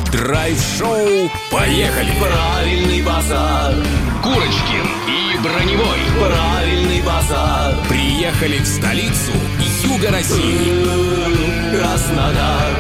Драйв-шоу. Поехали! Правильный базар. Курочкин и Броневой. Правильный базар. Приехали в столицу Юга России. Краснодар.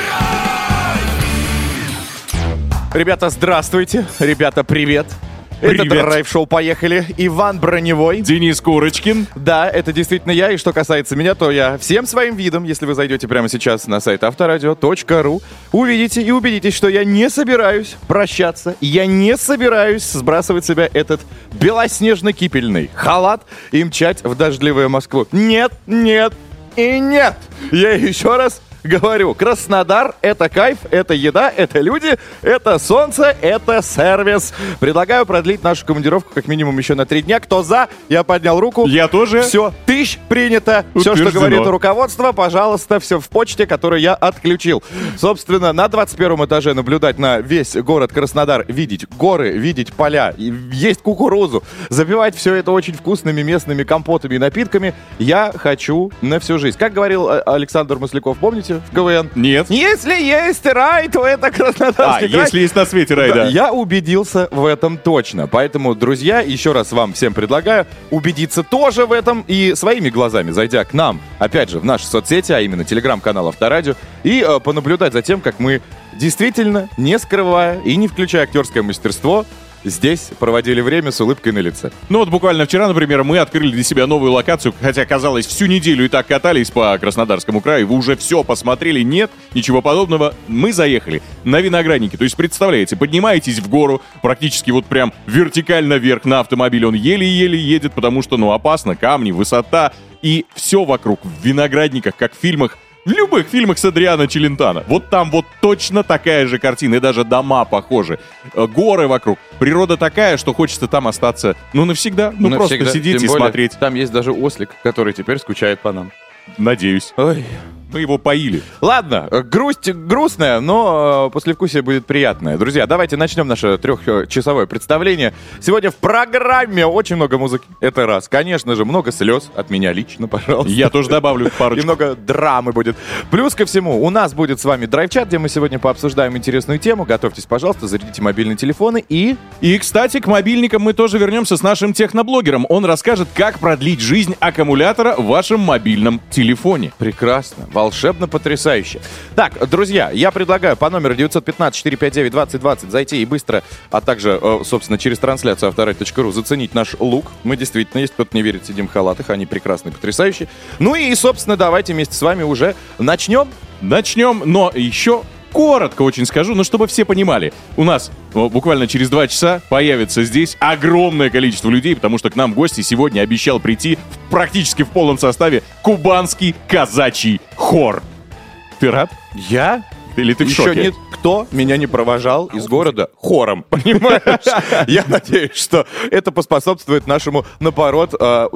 Ребята, здравствуйте. Ребята, привет. Это Привет. драйв-шоу «Поехали». Иван Броневой. Денис Курочкин. Да, это действительно я. И что касается меня, то я всем своим видом, если вы зайдете прямо сейчас на сайт авторадио.ру, увидите и убедитесь, что я не собираюсь прощаться. Я не собираюсь сбрасывать с себя этот белоснежно-кипельный халат и мчать в дождливую Москву. Нет, нет и нет. Я еще раз говорю, Краснодар — это кайф, это еда, это люди, это солнце, это сервис. Предлагаю продлить нашу командировку как минимум еще на 3 дня. Кто за? Я поднял руку. Я тоже. Все, принято. Все, что Утверждено. говорит руководство, пожалуйста, все в почте, которую я отключил. Собственно, на 21 этаже наблюдать на весь город Краснодар, видеть горы, видеть поля, и есть кукурузу, запивать все это очень вкусными местными компотами и напитками я хочу на всю жизнь. Как говорил Александр Масляков, помните, в КВН? Нет. Если есть рай, то это Краснодарский край. Если есть на свете рай, да. Я убедился в этом точно. Поэтому, друзья, еще раз вам всем предлагаю убедиться тоже в этом и своими глазами, зайдя к нам, опять же, в наши соцсети, а именно телеграм-канал Авторадио, и понаблюдать за тем, как мы действительно, не скрывая и не включая актерское мастерство, здесь проводили время с улыбкой на лице. Ну вот буквально вчера, например, мы открыли для себя новую локацию, хотя, казалось, всю неделю и так катались по Краснодарскому краю, вы уже все посмотрели, нет, ничего подобного. Мы заехали на Виноградники, то есть, представляете, поднимаетесь в гору, практически вот прям вертикально вверх на автомобиле, он еле-еле едет, потому что, опасно, камни, высота, и все вокруг в виноградниках, как в фильмах, в любых фильмах с Адриано Челентано. Вот там вот точно такая же картина, и даже дома похожи. Горы вокруг. Природа такая, что хочется там остаться, навсегда. Просто сидеть и смотреть. Там есть даже ослик, который теперь скучает по нам. Надеюсь. Ой. Мы его поили. Ладно, грусть грустная, но послевкусие будет приятное. Друзья, давайте начнем наше 3-часовое представление. Сегодня в программе очень много музыки. Это раз. Конечно же, много слез от меня лично, пожалуйста. Я тоже добавлю парочку. И много драмы будет. Плюс ко всему, у нас будет с вами драйв-чат, где мы сегодня пообсуждаем интересную тему. Готовьтесь, пожалуйста, зарядите мобильные телефоны и... И, кстати, к мобильникам мы тоже вернемся с нашим техноблогером. Он расскажет, как продлить жизнь аккумулятора в вашем мобильном телефоне. Прекрасно. Волшебно, потрясающе. Так, друзья, я предлагаю по номеру 915-459-2020 зайти и быстро, а также, собственно, через трансляцию авторадио.ру заценить наш лук. Мы действительно, если кто-то не верит, сидим в халатах, они прекрасные, потрясающие. Ну и, собственно, давайте вместе с вами уже начнем. Начнем, но еще коротко очень скажу, чтобы все понимали. У нас буквально через 2 часа появится здесь огромное количество людей, потому что к нам гости сегодня обещал прийти практически в полном составе кубанский казачий хор. Ты рад? Я? Или ты в Еще шоке? никто меня не провожал из города хором, понимаешь? Я надеюсь, что это поспособствует нашему, наоборот,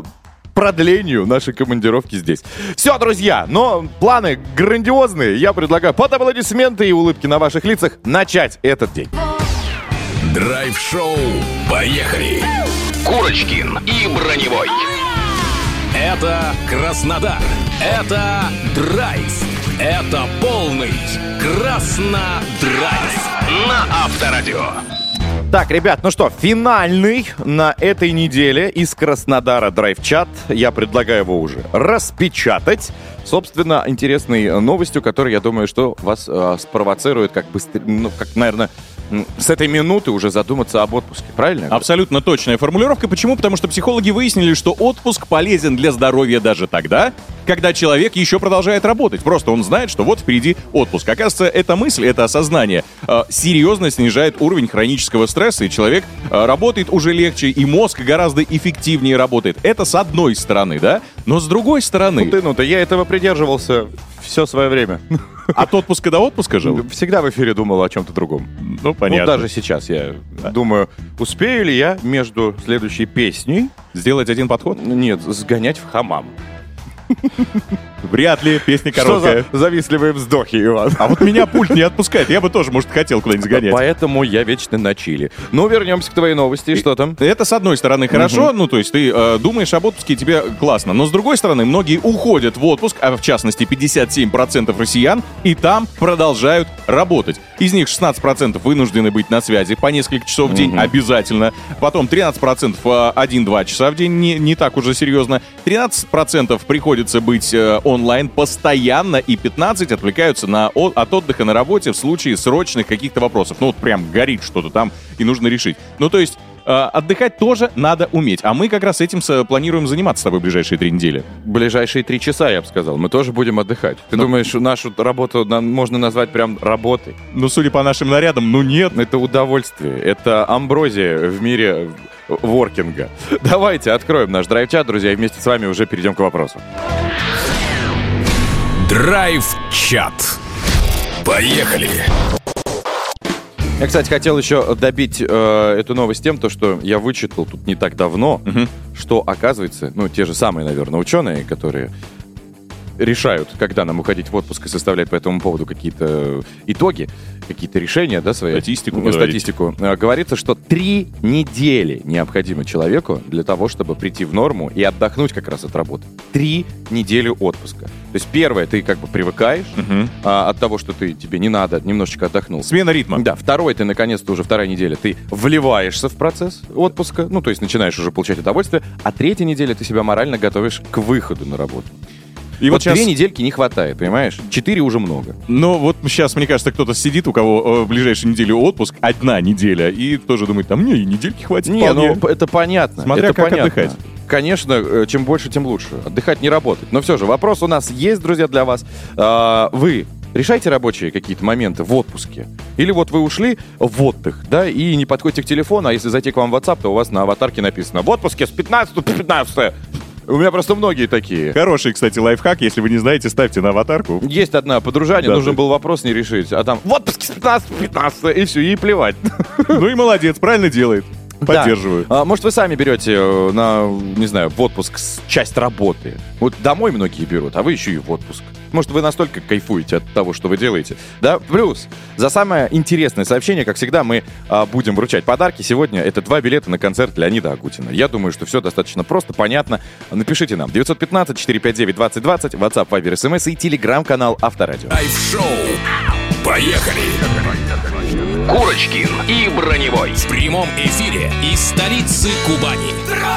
продлению нашей командировки здесь. Все, друзья, но планы грандиозные. Я предлагаю под аплодисменты и улыбки на ваших лицах начать этот день. Драйв-шоу. Поехали! Курочкин и Броневой. Это Краснодар. Это драйв. Это полный Краснодрайв. На Авторадио. Так, ребят, ну что, финальный на этой неделе из Краснодара драйв-чат. Я предлагаю его уже распечатать. Собственно, интересной новостью, которая, я думаю, что вас спровоцирует как быстрее, как, наверное, с этой минуты уже задуматься об отпуске, правильно? Абсолютно точная формулировка. Почему? Потому что психологи выяснили, что отпуск полезен для здоровья даже тогда, когда человек еще продолжает работать. Просто он знает, что вот впереди отпуск. Оказывается, эта мысль, это осознание серьезно снижает уровень хронического стресса, и человек работает уже легче, и мозг гораздо эффективнее работает. Это с одной стороны, да? Но с другой стороны... Ну-то, я этого придерживался все свое время. От отпуска до отпуска жил? Всегда в эфире думал о чем-то другом. Ну, понятно. Даже сейчас я думаю, успею ли я между следующей песней... Сделать один подход? Нет, сгонять в хамам. Вряд ли, песня Что короткая. за завистливые вздохи, Иван? А вот меня пульт не отпускает. Я бы тоже, может, хотел куда-нибудь сгонять. Поэтому я вечно на чили. Ну, вернемся к твоей новости. Что там? Это, с одной стороны, хорошо, ну, то есть ты думаешь об отпуске, тебе классно. Но, с другой стороны, многие уходят в отпуск, а в частности 57% россиян, и там продолжают работать. Из них 16% вынуждены быть на связи по несколько часов в день обязательно. Потом 13% 1-2 часа в день, не так уже серьезно. 13% приходится быть онлайн постоянно, и 15% отвлекаются от отдыха на работе в случае срочных каких-то вопросов. Ну, вот прям горит что-то там, и нужно решить. Ну, то есть отдыхать тоже надо уметь. А мы как раз этим планируем заниматься с тобой в ближайшие 3 недели. Ближайшие 3 часа, я бы сказал. Мы тоже будем отдыхать. Ты думаешь, нашу работу можно назвать прям работой? Ну, судя по нашим нарядам, ну нет. Это удовольствие. Это амброзия в мире воркинга. Давайте откроем наш драйв-чат, друзья, и вместе с вами уже перейдем к вопросу. Драйв-чат. Поехали! Я, кстати, хотел еще добить эту новость тем, что я вычитал тут не так давно, что, оказывается, ну, те же самые, наверное, ученые, которые решают, когда нам уходить в отпуск и составлять по этому поводу какие-то итоги, какие-то решения, да, свои. Статистику. Говорится, что 3 недели необходимо человеку для того, чтобы прийти в норму и отдохнуть как раз от работы. 3 недели отпуска. То есть первое, ты как бы привыкаешь от того, что тебе не надо, немножечко отдохнул. Смена ритма. Да, второй, ты наконец-то уже 2-я неделя, ты вливаешься в процесс отпуска, ну, то есть начинаешь уже получать удовольствие, а 3-я неделя ты себя морально готовишь к выходу на работу. И вот сейчас 2 недельки не хватает, понимаешь? 4 уже много. Ну, вот сейчас, мне кажется, кто-то сидит, у кого в ближайшую неделю отпуск, 1 неделя, и тоже думает, там, мне и недельки хватит. Не, ну, это понятно. Смотря это как понятно. отдыхать. Конечно, чем больше, тем лучше. Отдыхать не работать. Но все же, вопрос у нас есть, друзья, для вас. Вы решайте рабочие какие-то моменты в отпуске. Или вот вы ушли в отдых, да, и не подходите к телефону, а если зайти к вам в WhatsApp, то у вас на аватарке написано «В отпуске с 15 по 15». У меня просто многие такие. Хороший, кстати, лайфхак. Если вы не знаете, ставьте на аватарку. Есть одна подружанин, Да, нужен ты- был вопрос не решить. А там в отпуске с 15 по 15, и все, и плевать. Ну и молодец, правильно делает. Поддерживаю. Да. Может, вы сами берете не знаю, в отпуск часть работы. Вот домой многие берут, а вы еще и в отпуск. Может, вы настолько кайфуете от того, что вы делаете. Да? Плюс, за самое интересное сообщение, как всегда, мы будем вручать подарки. Сегодня это 2 билета на концерт Леонида Агутина. Я думаю, что все достаточно просто, понятно. Напишите нам 915-459-2020, WhatsApp, Viber, SMS и телеграм-канал Авторадио. Драйв-шоу. Поехали! Курочкин и Броневой. В прямом эфире из столицы Кубани.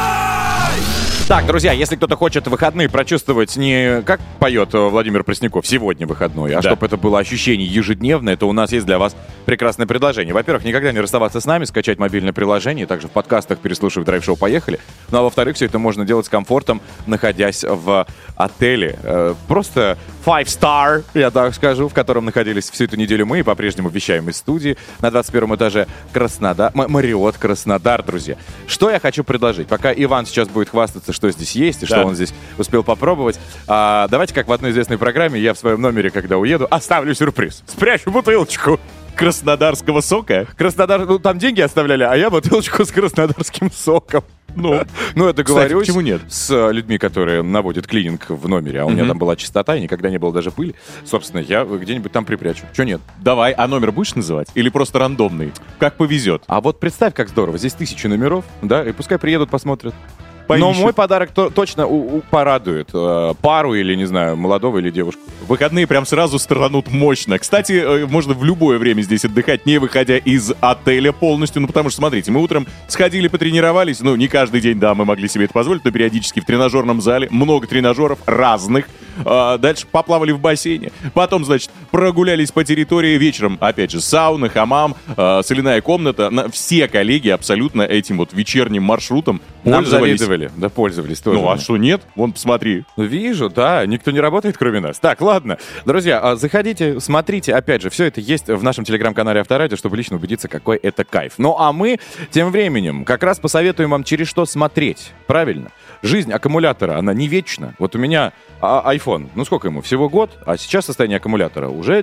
Так, друзья, если кто-то хочет выходные прочувствовать не как поет Владимир Пресняков сегодня выходной, а Да. чтобы это было ощущение ежедневное, то у нас есть для вас прекрасное предложение. Во-первых, никогда не расставаться с нами, скачать мобильное приложение, также в подкастах переслушав драйв-шоу «Поехали». Ну а во-вторых, все это можно делать с комфортом, находясь в отеле. Просто 5-star, я так скажу, в котором находились всю эту неделю мы и по-прежнему вещаем из студии на 21 этаже Краснодар, Марриотт Краснодар, друзья. Что я хочу предложить? Пока Иван сейчас будет хвастаться, что здесь есть и что Да. он здесь успел попробовать, давайте, как в одной известной программе, я в своем номере, когда уеду, оставлю сюрприз. Спрячу бутылочку Краснодарского сока. Краснодар, ну там деньги оставляли, а я бутылочку с краснодарским соком. Ну, это кстати, говорю почему нет? с людьми, которые наводят клининг в номере, а у меня там была чистота и никогда не было даже пыли. Собственно, я где-нибудь там припрячу. Чё нет? давай, а номер будешь называть? Или просто рандомный? Как повезет. А вот представь, как здорово. Здесь 1000 номеров, да, и пускай приедут, посмотрят. Но Поищут. мой подарок точно порадует пару или, не знаю, молодого или девушку. Выходные прям сразу стартанут мощно. Кстати, можно в любое время здесь отдыхать, не выходя из отеля полностью. Ну, потому что, смотрите, мы утром сходили, потренировались. Ну, не каждый день, да, мы могли себе это позволить, но периодически в тренажерном зале. Много тренажеров разных. Дальше поплавали в бассейне. Потом, значит, прогулялись по территории вечером. Опять же, сауна, хамам, соляная комната. Все коллеги абсолютно этим вот вечерним маршрутом Нам пользовались. завидовали. Да, пользовались тоже. Ну, а что нет? Вон, посмотри. Вижу, да, никто не работает, кроме нас. Так, ладно. Друзья, заходите, смотрите, опять же, все это есть в нашем телеграм-канале Авторадио, чтобы лично убедиться, какой это кайф. Ну, а мы тем временем как раз посоветуем вам, через что смотреть. Правильно? Жизнь аккумулятора, она не вечна. Вот у меня iPhone, ну сколько ему, всего год, а сейчас состояние аккумулятора уже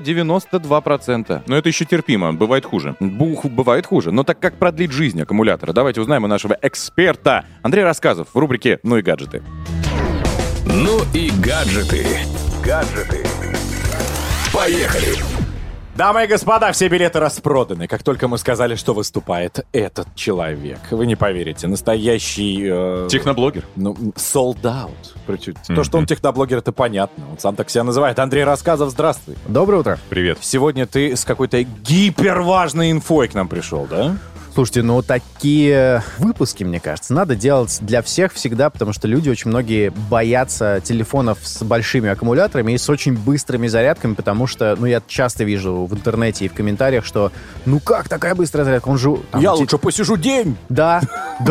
92%. Но это еще терпимо, бывает хуже. Бывает хуже. Но так как продлить жизнь аккумулятора? Давайте узнаем у нашего эксперта. Андрей Рассказов в рубрике «Ну и гаджеты». Ну и гаджеты. Гаджеты. Поехали! Дамы и господа, все билеты распроданы. Как только мы сказали, что выступает этот человек. Вы не поверите, настоящий... Техноблогер. Sold out. То, что он техноблогер, это понятно. Он сам так себя называет. Андрей Рассказов, здравствуй. Доброе утро. Привет. Сегодня ты с какой-то гиперважной инфой к нам пришел, да? Слушайте, ну такие выпуски, мне кажется, надо делать для всех всегда, потому что люди очень многие боятся телефонов с большими аккумуляторами и с очень быстрыми зарядками, потому что, я часто вижу в интернете и в комментариях, что как такая быстрая зарядка? Он же... лучше посижу день. Да,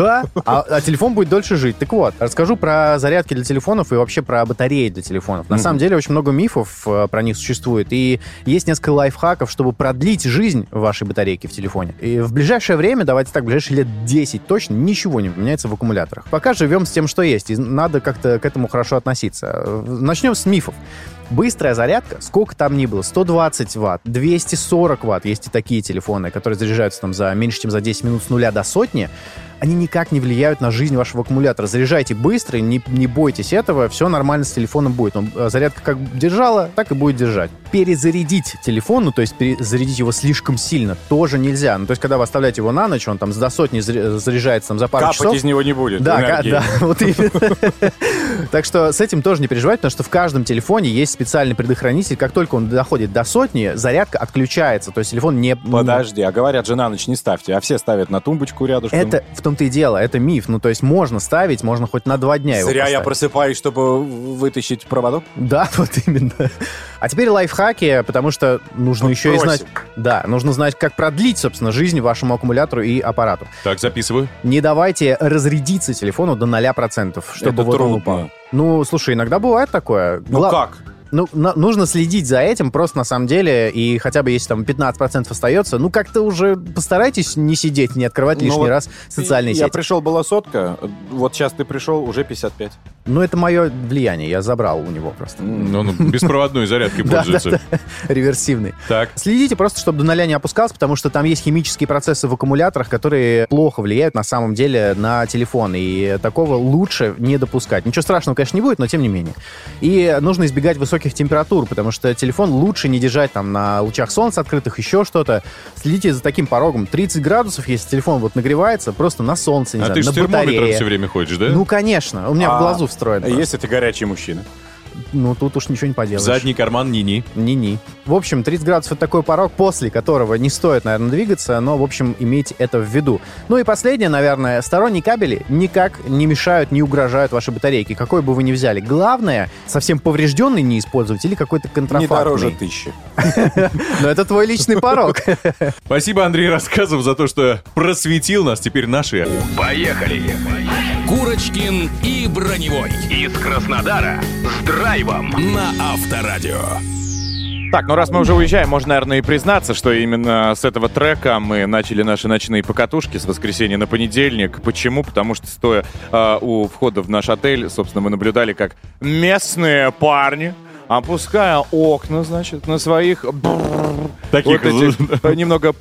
а телефон будет дольше жить. Так вот, расскажу про зарядки для телефонов и вообще про батареи для телефонов. На самом деле очень много мифов про них существует, и есть несколько лайфхаков, чтобы продлить жизнь вашей батарейки в телефоне. И в ближайшее время, давайте так, в ближайшие лет 10 точно ничего не поменяется в аккумуляторах. Пока живем с тем, что есть, и надо как-то к этому хорошо относиться. Начнем с мифов. Быстрая зарядка, сколько там ни было, 120 ватт, 240 ватт, есть и такие телефоны, которые заряжаются там за меньше, чем за 10 минут с 0 до сотни, они никак не влияют на жизнь вашего аккумулятора. Заряжайте быстро, не бойтесь этого, все нормально с телефоном будет. Зарядка как держала, так и будет держать. Перезарядить телефон, то есть перезарядить его слишком сильно, тоже нельзя. То есть, когда вы оставляете его на ночь, он там до сотни заряжается там, за пару часов. Капать из него не будет. Да, вот именно. Так что с этим тоже не переживайте, потому что в каждом телефоне есть специальный предохранитель. Как только он доходит до сотни, зарядка отключается. То есть телефон не... Подожди, а говорят же на ночь не ставьте, а все ставят на тумбочку рядышком. Это в том-то и дело, это миф. То есть можно ставить, можно хоть на 2 дня его Зря поставить. Я просыпаюсь, чтобы вытащить проводок? Да, вот именно. А теперь лайфхаки, потому что нужно еще и знать... Да, нужно знать, как продлить, собственно, жизнь вашему аккумулятору и аппарату. Так, записываю. Не давайте разрядиться телефону до 0%, чтобы Это он упал. Слушай, иногда бывает такое. Как? Нужно следить за этим просто на самом деле, и хотя бы если там 15% остается, как-то уже постарайтесь не сидеть, не открывать лишний раз социальные сети. Я пришел, была 100, вот сейчас ты пришел, уже 55. Это мое влияние, я забрал у него просто. Беспроводной зарядкой пользуется. Реверсивный. Так. Следите просто, чтобы до 0 не опускался, потому что там есть химические процессы в аккумуляторах, которые плохо влияют на самом деле на телефон, и такого лучше не допускать. Ничего страшного, конечно, не будет, но тем не менее. И нужно избегать высоких температур, потому что телефон лучше не держать там на лучах солнца открытых, еще что-то. Следите за таким порогом. 30 градусов, если телефон нагревается, просто на солнце, не знаю, ты же на с термометром батарее. все время ходишь, да? Конечно. У меня в глазу встроен. Если ты горячий мужчина? Тут уж ничего не поделаешь. Задний карман ни-ни. Ни-ни. В общем, 30 градусов — это такой порог, после которого не стоит, наверное, двигаться, но, в общем, имейте это в виду. И последнее, наверное, сторонние кабели никак не мешают, не угрожают вашей батарейке, какой бы вы ни взяли. Главное, совсем поврежденный не использовать или какой-то контрафактный. Не дороже 1000. Но это твой личный порог. Спасибо, Андрей Рассказов, за то, что просветил нас. Теперь наши. Поехали! Курочкин и Броневой из Краснодара с драйвом на Авторадио. Так, раз мы уже уезжаем, можно, наверное, и признаться, что именно с этого трека мы начали наши ночные покатушки с воскресенья на понедельник. Почему? Потому что, стоя у входа в наш отель, собственно, мы наблюдали, как местные парни, опуская окна, значит, на своих таких немного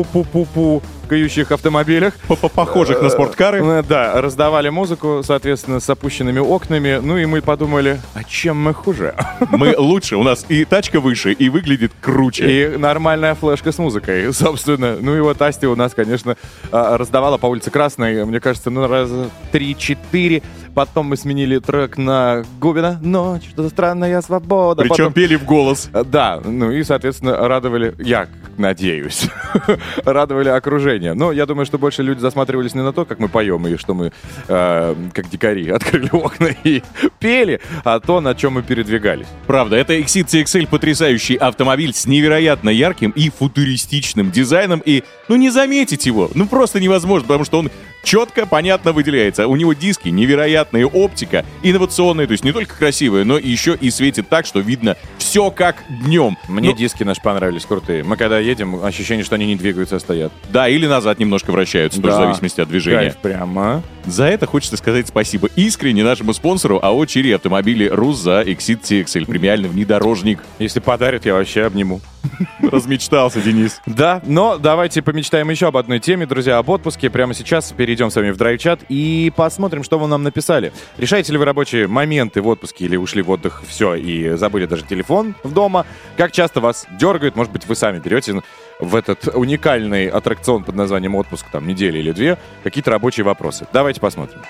пукающих автомобилях, похожих на спорткары. Да, раздавали музыку, соответственно, с опущенными окнами. И мы подумали, а чем мы хуже? Мы лучше, у нас и тачка выше, и выглядит круче. И нормальная флешка с музыкой, собственно. И вот Асти у нас, конечно, раздавала по улице Красной, мне кажется, раза 3-4. Потом мы сменили трек на Губина «Ночь, что-то странная свобода». Причем потом... пели в голос. Да, и, соответственно, радовали, я надеюсь, радовали окружение. Но я думаю, что больше люди засматривались не на то, как мы поем, и что мы, как дикари, открыли окна и пели, а то, на чем мы передвигались. Правда, это Exit CXL потрясающий автомобиль с невероятно ярким и футуристичным дизайном, и, не заметить его, просто невозможно, потому что он четко, понятно выделяется. У него диски, невероятная оптика, инновационная, то есть не только красивая, но еще и светит так, что видно все как днем. Мне диски наши понравились, крутые. Мы когда едем, ощущение, что они не двигаются, а стоят. Да, или назад немножко вращаются, тоже в зависимости от движения. Кайф прямо. За это хочется сказать спасибо искренне нашему спонсору АО «Черри Автомобили РУС» за Exit TXL, премиальный внедорожник. Если подарят, я вообще обниму. Размечтался, Денис. Да, но давайте помечтаем еще об одной теме, друзья, об отпуске. Прямо сейчас перейдем с вами в драйв-чат и посмотрим, что вы нам написали. Решаете ли вы рабочие моменты в отпуске или ушли в отдых, все, и забыли даже телефон дома? Как часто вас дергают? Может быть, вы сами берете в этот уникальный аттракцион под названием «Отпуск», там, недели или две, какие-то рабочие вопросы. Давайте посмотрим.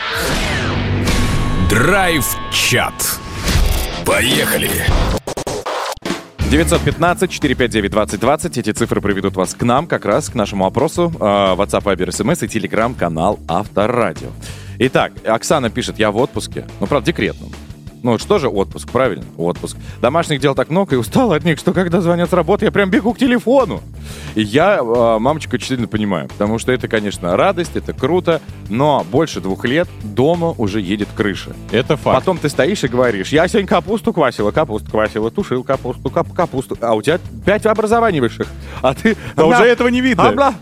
Драйв-чат. Поехали! 915-459-2020. Эти цифры приведут вас к нам, как раз к нашему опросу. WhatsApp, Viber, SMS и Telegram-канал Авторадио. Итак, Оксана пишет, я в отпуске. Ну, правда, декретном. Ну, что же отпуск, правильно? Отпуск. Домашних дел так много и устала от них, что когда звонят с работы, я прям бегу к телефону. И я мамочку очень сильно понимаю, потому что это, конечно, радость, это круто, но больше 2 лет дома уже едет крыша. Это факт. Потом ты стоишь и говоришь, я сегодня капусту квасила, тушил капусту, а у тебя 5 образований высших, а ты... А уже этого не видно.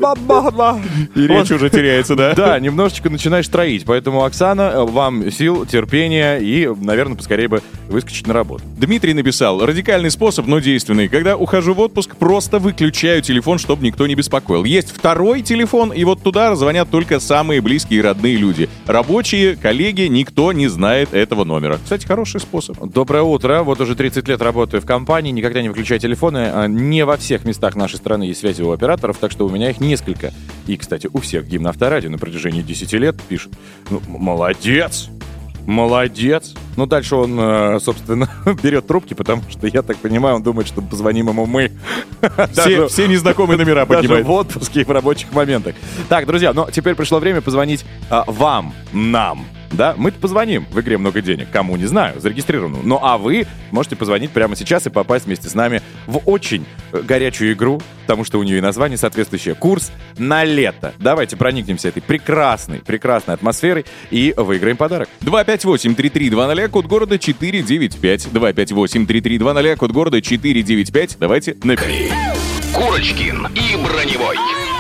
И речь уже теряется, да? Да, немножечко начинаешь троить, поэтому, Оксана, вам сил, терпения и, наверное, поскорее бы выскочить на работу. Дмитрий написал, радикальный способ, но действенный. Когда ухожу в отпуск, просто выключаю телефон, чтобы никто не беспокоил. Есть второй телефон, и вот туда звонят только самые близкие и родные люди. Рабочие, коллеги, никто не знает этого номера. Кстати, хороший способ. Доброе утро. Вот уже 30 лет работаю в компании, никогда не выключаю телефоны. Не во всех местах нашей страны есть связи у операторов, так что у меня их несколько. И, кстати, у всех гимн Авторадио на протяжении 10 лет пишут. Ну, молодец! Молодец. Ну, дальше он, собственно, берет трубки, потому что, я так понимаю, он думает, что позвоним ему мы. Все незнакомые номера даже поднимают. в отпуске и в рабочих моментах. Так, друзья, ну, теперь пришло время позвонить вам, нам. Да, мы-то позвоним. В игре много денег. Кому, не знаю, зарегистрированному. Ну, а вы можете позвонить прямо сейчас и попасть вместе с нами в очень горячую игру, потому что у нее и название соответствующее. Курс на лето. Давайте проникнемся этой прекрасной атмосферой и выиграем подарок. 258-3320, код города 495. 258-3320, код города 495. Давайте наберем. Курочкин и Броневой.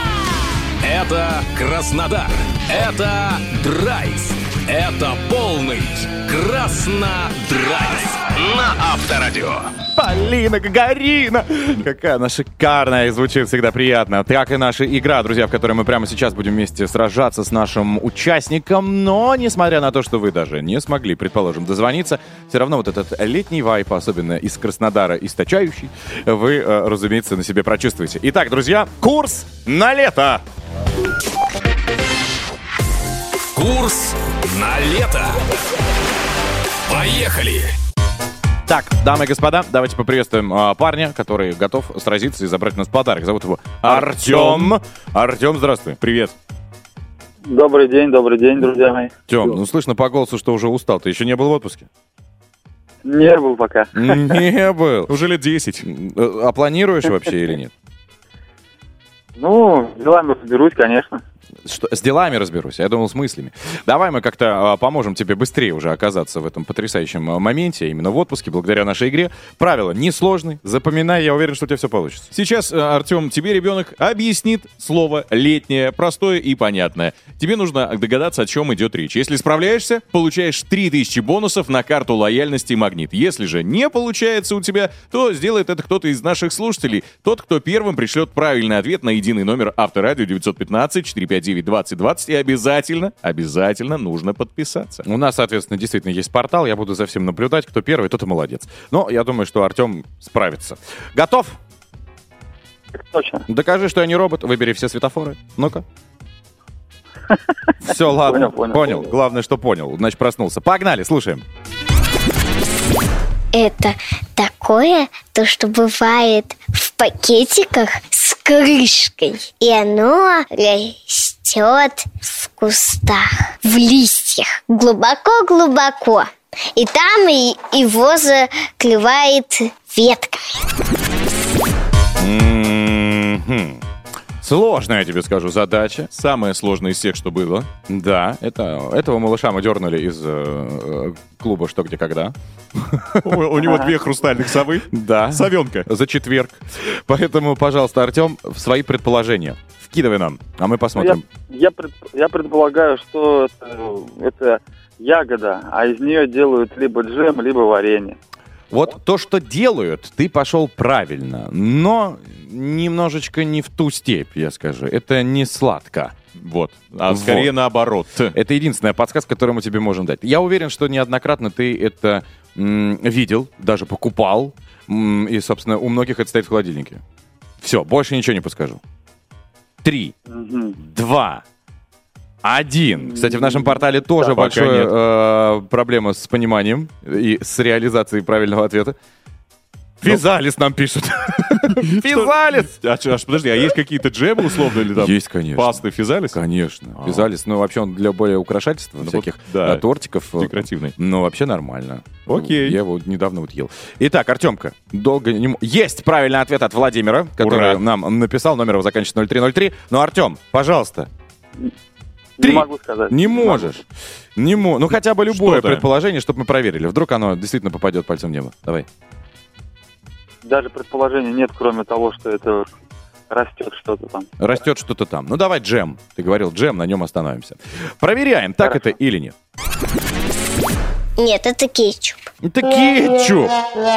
Это Краснодар. Это драйв. Это полный Краснодрайв на Авторадио. Полина Гагарина! Какая она шикарная и звучит всегда приятно. Так и наша игра, друзья, в которой мы прямо сейчас будем вместе сражаться с нашим участником. Но, несмотря на то, что вы даже не смогли, предположим, дозвониться, все равно вот этот летний вайп, особенно из Краснодара источающий, вы, разумеется, на себе прочувствуете. Итак, друзья, курс на лето! Курс на лето. Поехали! Так, дамы и господа, давайте поприветствуем парня, который готов сразиться и забрать у нас подарок. Зовут его Артем. Артем, здравствуй. Привет. Добрый день, друзья мои. Тем, ну слышно по голосу, что уже устал. Ты еще не был в отпуске? Не был пока. Не был. Уже лет 10. А планируешь вообще или нет? Ну, с делами разберусь, конечно. Что, с делами разберусь, я думал, с мыслями. Давай мы как-то поможем тебе быстрее уже оказаться в этом потрясающем моменте, именно в отпуске, благодаря нашей игре. Правила несложные, запоминай, я уверен, что у тебя все получится. Сейчас, Артем, тебе ребенок объяснит слово «летнее», простое и понятное. Тебе нужно догадаться, о чем идет речь. Если справляешься, получаешь 3000 бонусов на карту лояльности «Магнит». Если же не получается у тебя, то сделает это кто-то из наших слушателей. Тот, кто первым пришлет правильный ответ на единый номер Авторадио 915-459-2020. И обязательно нужно подписаться. У нас, соответственно, действительно есть портал, я буду за всем наблюдать, кто первый, тот и молодец. Но я думаю, что Артем справится. Готов? Точно. Докажи, что я не робот, выбери все светофоры. Ну-ка. Все, ладно. Понял. Главное, что понял. Значит, проснулся. Погнали, слушаем. Это такое, то, что бывает в пакетиках с крышкой. И оно растет в кустах, в листьях, глубоко-глубоко. И там его заклевает ветка. Сложная, я тебе скажу, задача. Самое сложное из всех, что было. Да, этого малыша мы дернули из клуба «Что, где, когда». У него 2 хрустальных совы. Да. Совенка. За четверг. Поэтому, пожалуйста, Артем, свои предположения. В Скидывай нам, а мы посмотрим. Я предполагаю, что это ягода, а из нее делают либо джем, либо варенье. Вот то, что делают, ты пошел правильно, но немножечко не в ту степь, я скажу. Это не сладко. Вот. А скорее наоборот. Это единственная подсказка, которую мы тебе можем дать. Я уверен, что неоднократно ты это видел, даже покупал. И, собственно, у многих это стоит в холодильнике. Все, больше ничего не подскажу. 3, 2, 1. Кстати, в нашем портале тоже большая проблема с пониманием и с реализацией правильного ответа. Физалис нам пишут. Физалис! Подожди, а есть какие-то джемы условно или там? Есть, конечно. Пасты физалис? Конечно. Физалис, ну вообще он для более украшательства, всяких тортиков. Декоративный. Ну вообще нормально. Окей. Я его недавно вот ел. Итак, Артемка, долго не... Есть правильный ответ от Владимира, который нам написал, номер его заканчивается 0303. Но, Артем, пожалуйста. Не могу сказать. Не можешь. Ну хотя бы любое Что-то. предположение, чтобы мы проверили. Вдруг оно действительно попадет пальцем в небо. Давай. Даже предположений нет, кроме того, что это растет что-то там. Растет что-то там. Ну давай джем. Ты говорил джем, на нем остановимся. Проверяем, так Хорошо. это или нет. Нет, это кетчуп. Это кетчуп.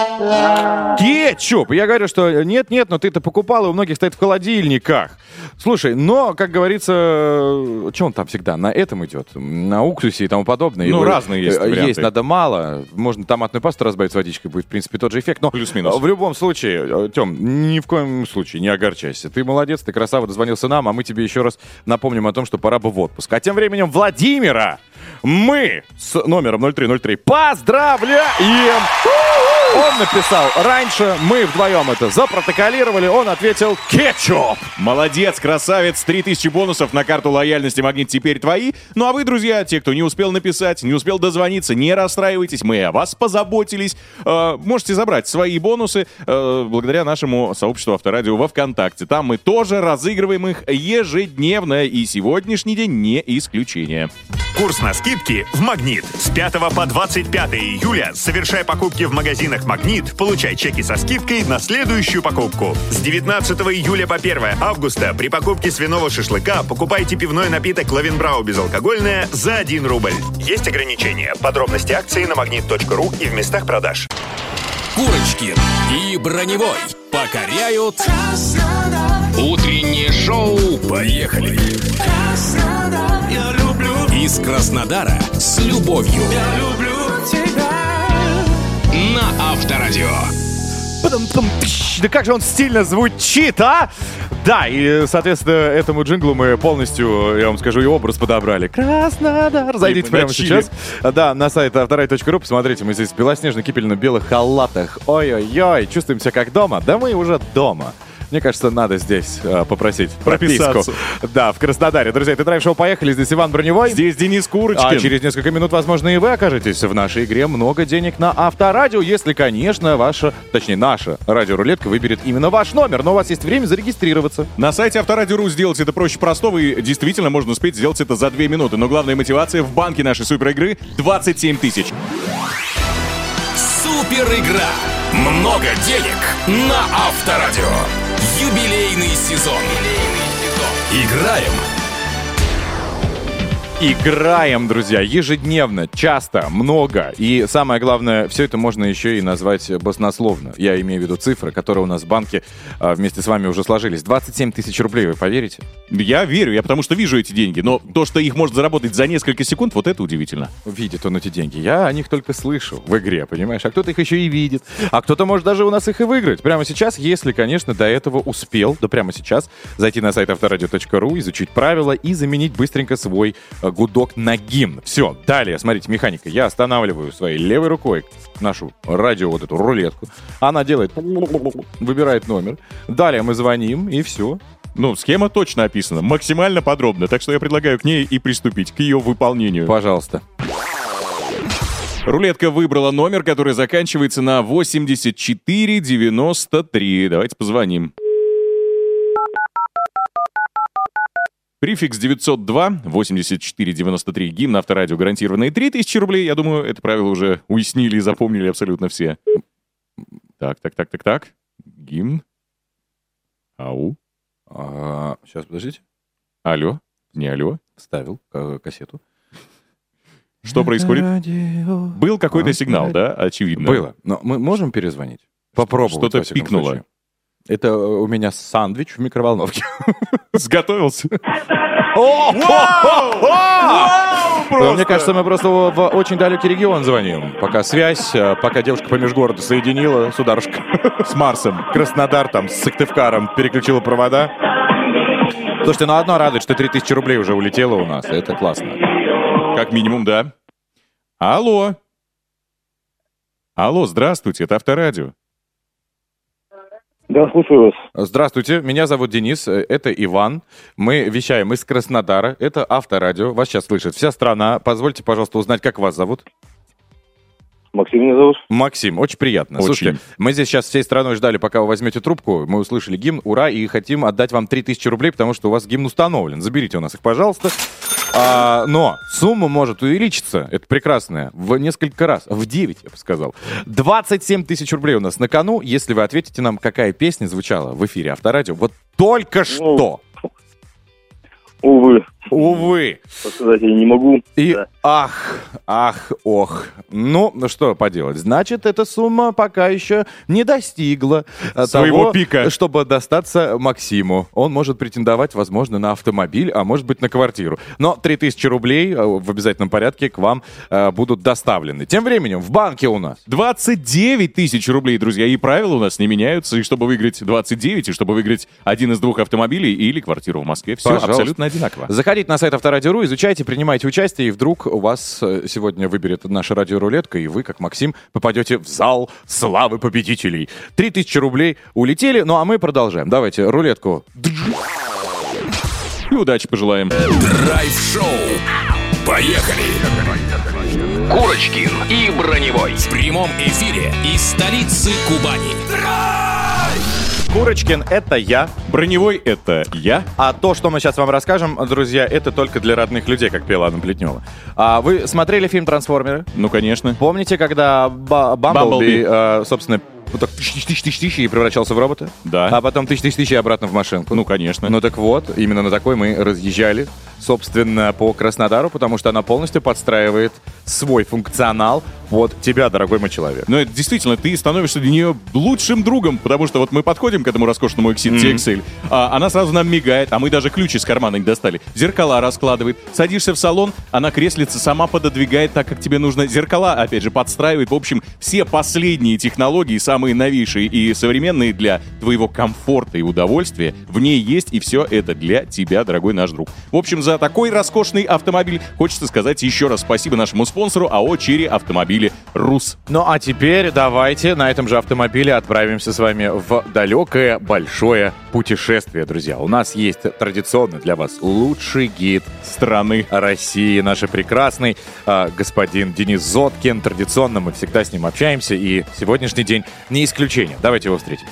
Кетчуп. Я говорю, что нет, но ты-то покупал, и у многих стоит в холодильниках. Слушай, но, как говорится, что он там всегда? На этом идет? На уксусе и тому подобное. Ну, Его разные есть варианты. Есть надо мало. Можно томатную пасту разбавить с водичкой, будет, в принципе, тот же эффект. Но плюс-минус. В любом случае, Тем, ни в коем случае не огорчайся. Ты молодец, ты красава, дозвонился нам, а мы тебе еще раз напомним о том, что пора бы в отпуск. А тем временем Владимира мы с номером 0303 поздравляем! Он написал раньше, мы вдвоем это запротоколировали, он ответил кетчуп. Молодец, красавец, 3000 бонусов на карту лояльности «Магнит» теперь твои. Ну а вы, друзья, те, кто не успел написать, не успел дозвониться, не расстраивайтесь, мы о вас позаботились. Можете забрать свои бонусы благодаря нашему сообществу Авторадио во ВКонтакте. Там мы тоже разыгрываем их ежедневно, и сегодняшний день не исключение. Курс на скидки в «Магнит». С 5 по 25 июля совершай покупки в магазинах «Магнит», получай чеки со скидкой на следующую покупку. С 19 июля по 1 августа при покупке свиного шашлыка покупайте пивной напиток «Лавенбрау» безалкогольное за 1 рубль. Есть ограничения. Подробности акции на магнит.ру и в местах продаж. Курочкин и Броневой покоряют утреннее шоу. Поехали! Из Краснодара с любовью. На Авторадио. Да как же он стильно звучит, а? Да, и, соответственно, этому джинглу мы полностью, я вам скажу, и образ подобрали. Краснодар. Зайдите прямо сейчас. Да, на сайт авторадио.ру, посмотрите, мы здесь в белоснежно-кипельно-белых халатах. Ой-ой-ой, чувствуем себя как дома. Да мы уже дома. Мне кажется, надо здесь попросить прописку. Прописаться. Да, в Краснодаре. Друзья, это драйв-шоу «Поехали». Здесь Иван Броневой. Здесь Денис Курочкин. А через несколько минут, возможно, и вы окажетесь в нашей игре «Много денег на Авторадио», если, конечно, наша радиорулетка выберет именно ваш номер. Но у вас есть время зарегистрироваться. На сайте Авторадио.ру сделать это проще простого, и действительно можно успеть сделать это за 2 минуты. Но главная мотивация в банке нашей суперигры — 27 тысяч. Супер игра. Много денег на Авторадио. Юбилейный сезон. Играем, друзья, ежедневно, часто, много. И самое главное, все это можно еще и назвать баснословно. Я имею в виду цифры, которые у нас в банке вместе с вами уже сложились. 27 тысяч рублей, вы поверите? Я верю, я потому что вижу эти деньги. Но то, что их можно заработать за несколько секунд, вот это удивительно. Видит он эти деньги. Я о них только слышу в игре, понимаешь? А кто-то их еще и видит. А кто-то может даже у нас их и выиграть. Прямо сейчас, если, конечно, до этого успел, да прямо сейчас, зайти на сайт авторадио.ру, изучить правила и заменить быстренько свой гудок на гимн. Все, далее, смотрите, механика. Я останавливаю своей левой рукой нашу радио, вот эту рулетку. Она делает, выбирает номер. Далее мы звоним, и все. Ну, схема точно описана, максимально подробно. Так что я предлагаю к ней и приступить, к ее выполнению. Пожалуйста. Рулетка выбрала номер, который заканчивается на 8493. Давайте позвоним. Префикс 902, 8493, гимн Авторадио, гарантированные 3000 рублей. Я думаю, это правило уже уяснили и запомнили абсолютно все. Так. Гимн. Ау. Сейчас, подождите. Алло? Не алло? Вставил кассету. Что происходит? Был какой-то сигнал, да? Очевидно. Было. Но мы можем перезвонить? Попробовать. Что-то пикнуло. Это у меня сандвич в микроволновке. Сготовился. Мне кажется, мы просто в очень далекий регион звоним. Пока связь, пока девушка по межгороду соединила, сударушка, с Марсом. Краснодар там с Сыктывкаром переключила провода. Слушайте, ну одно радует, что 3000 рублей уже улетело у нас. Это классно. Как минимум, да. Алло. Алло, здравствуйте, это Авторадио. Да, слушаю вас. Здравствуйте, меня зовут Денис, это Иван. Мы вещаем из Краснодара, это Авторадио. Вас сейчас слышит вся страна. Позвольте, пожалуйста, узнать, как вас зовут? Максим меня зовут. Максим, очень приятно. Очень. Слушайте, мы здесь сейчас всей страной ждали, пока вы возьмете трубку. Мы услышали гимн, ура, и хотим отдать вам 3000 рублей, потому что у вас гимн установлен. Заберите у нас их, пожалуйста. Но сумма может увеличиться, это прекрасное, в несколько раз, в 9, я бы сказал. 27 тысяч рублей у нас на кону, если вы ответите нам, какая песня звучала в эфире Авторадио. Вот только что. Увы. Увы. Сказать я не могу. И Да. ох. Ну что поделать. Значит, эта сумма пока еще не достигла своего того, пика, чтобы достаться Максиму. Он может претендовать, возможно, на автомобиль, а может быть, на квартиру. Но 3000 рублей в обязательном порядке к вам будут доставлены. Тем временем в банке у нас 29 тысяч рублей, друзья, и правила у нас не меняются. И чтобы выиграть 29, и чтобы выиграть один из двух автомобилей или квартиру в Москве, все Пожалуйста. абсолютно одинаково. Заходите на сайт Авторадио.ру, изучайте, принимайте участие, и вдруг у вас сегодня выберет наша радиорулетка, и вы, как Максим, попадете в зал славы победителей. 3000 рублей улетели, ну а мы продолжаем. Давайте рулетку. И удачи пожелаем. Драйв-шоу. Поехали! Курочкин и Броневой. В прямом эфире из столицы Кубани. Курочкин — это я. Броневой — это я. А то, что мы сейчас вам расскажем, друзья, это только для родных людей, как пела Анна Плетнева. Вы смотрели фильм «Трансформеры»? Ну, конечно. Помните, когда Бамблби, собственно, вот так тысяч и превращался в робота? Да. А потом тысяч и обратно в машинку? Ну, конечно. Ну так вот, именно на такой мы разъезжали, собственно, по Краснодару, потому что она полностью подстраивает свой функционал под тебя, дорогой мой человек. Но это действительно, ты становишься для нее лучшим другом, потому что вот мы подходим к этому роскошному Exit TXL, она сразу нам мигает, а мы даже ключ из кармана не достали. Зеркала раскладывает. Садишься в салон, она креслица сама пододвигает так, как тебе нужно. Зеркала, опять же, подстраивает. В общем, все последние технологии, самые новейшие и современные для твоего комфорта и удовольствия в ней есть, и все это для тебя, дорогой наш друг. В общем, за такой роскошный автомобиль хочется сказать еще раз спасибо нашему спонсору АО «Черри Автомобили РУС». Ну а теперь давайте на этом же автомобиле отправимся с вами в далекое большое путешествие, друзья. У нас есть традиционный для вас лучший гид Страны России, наш прекрасный господин Денис Зоткин. Традиционно мы всегда с ним общаемся, и сегодняшний день не исключение. Давайте его встретим.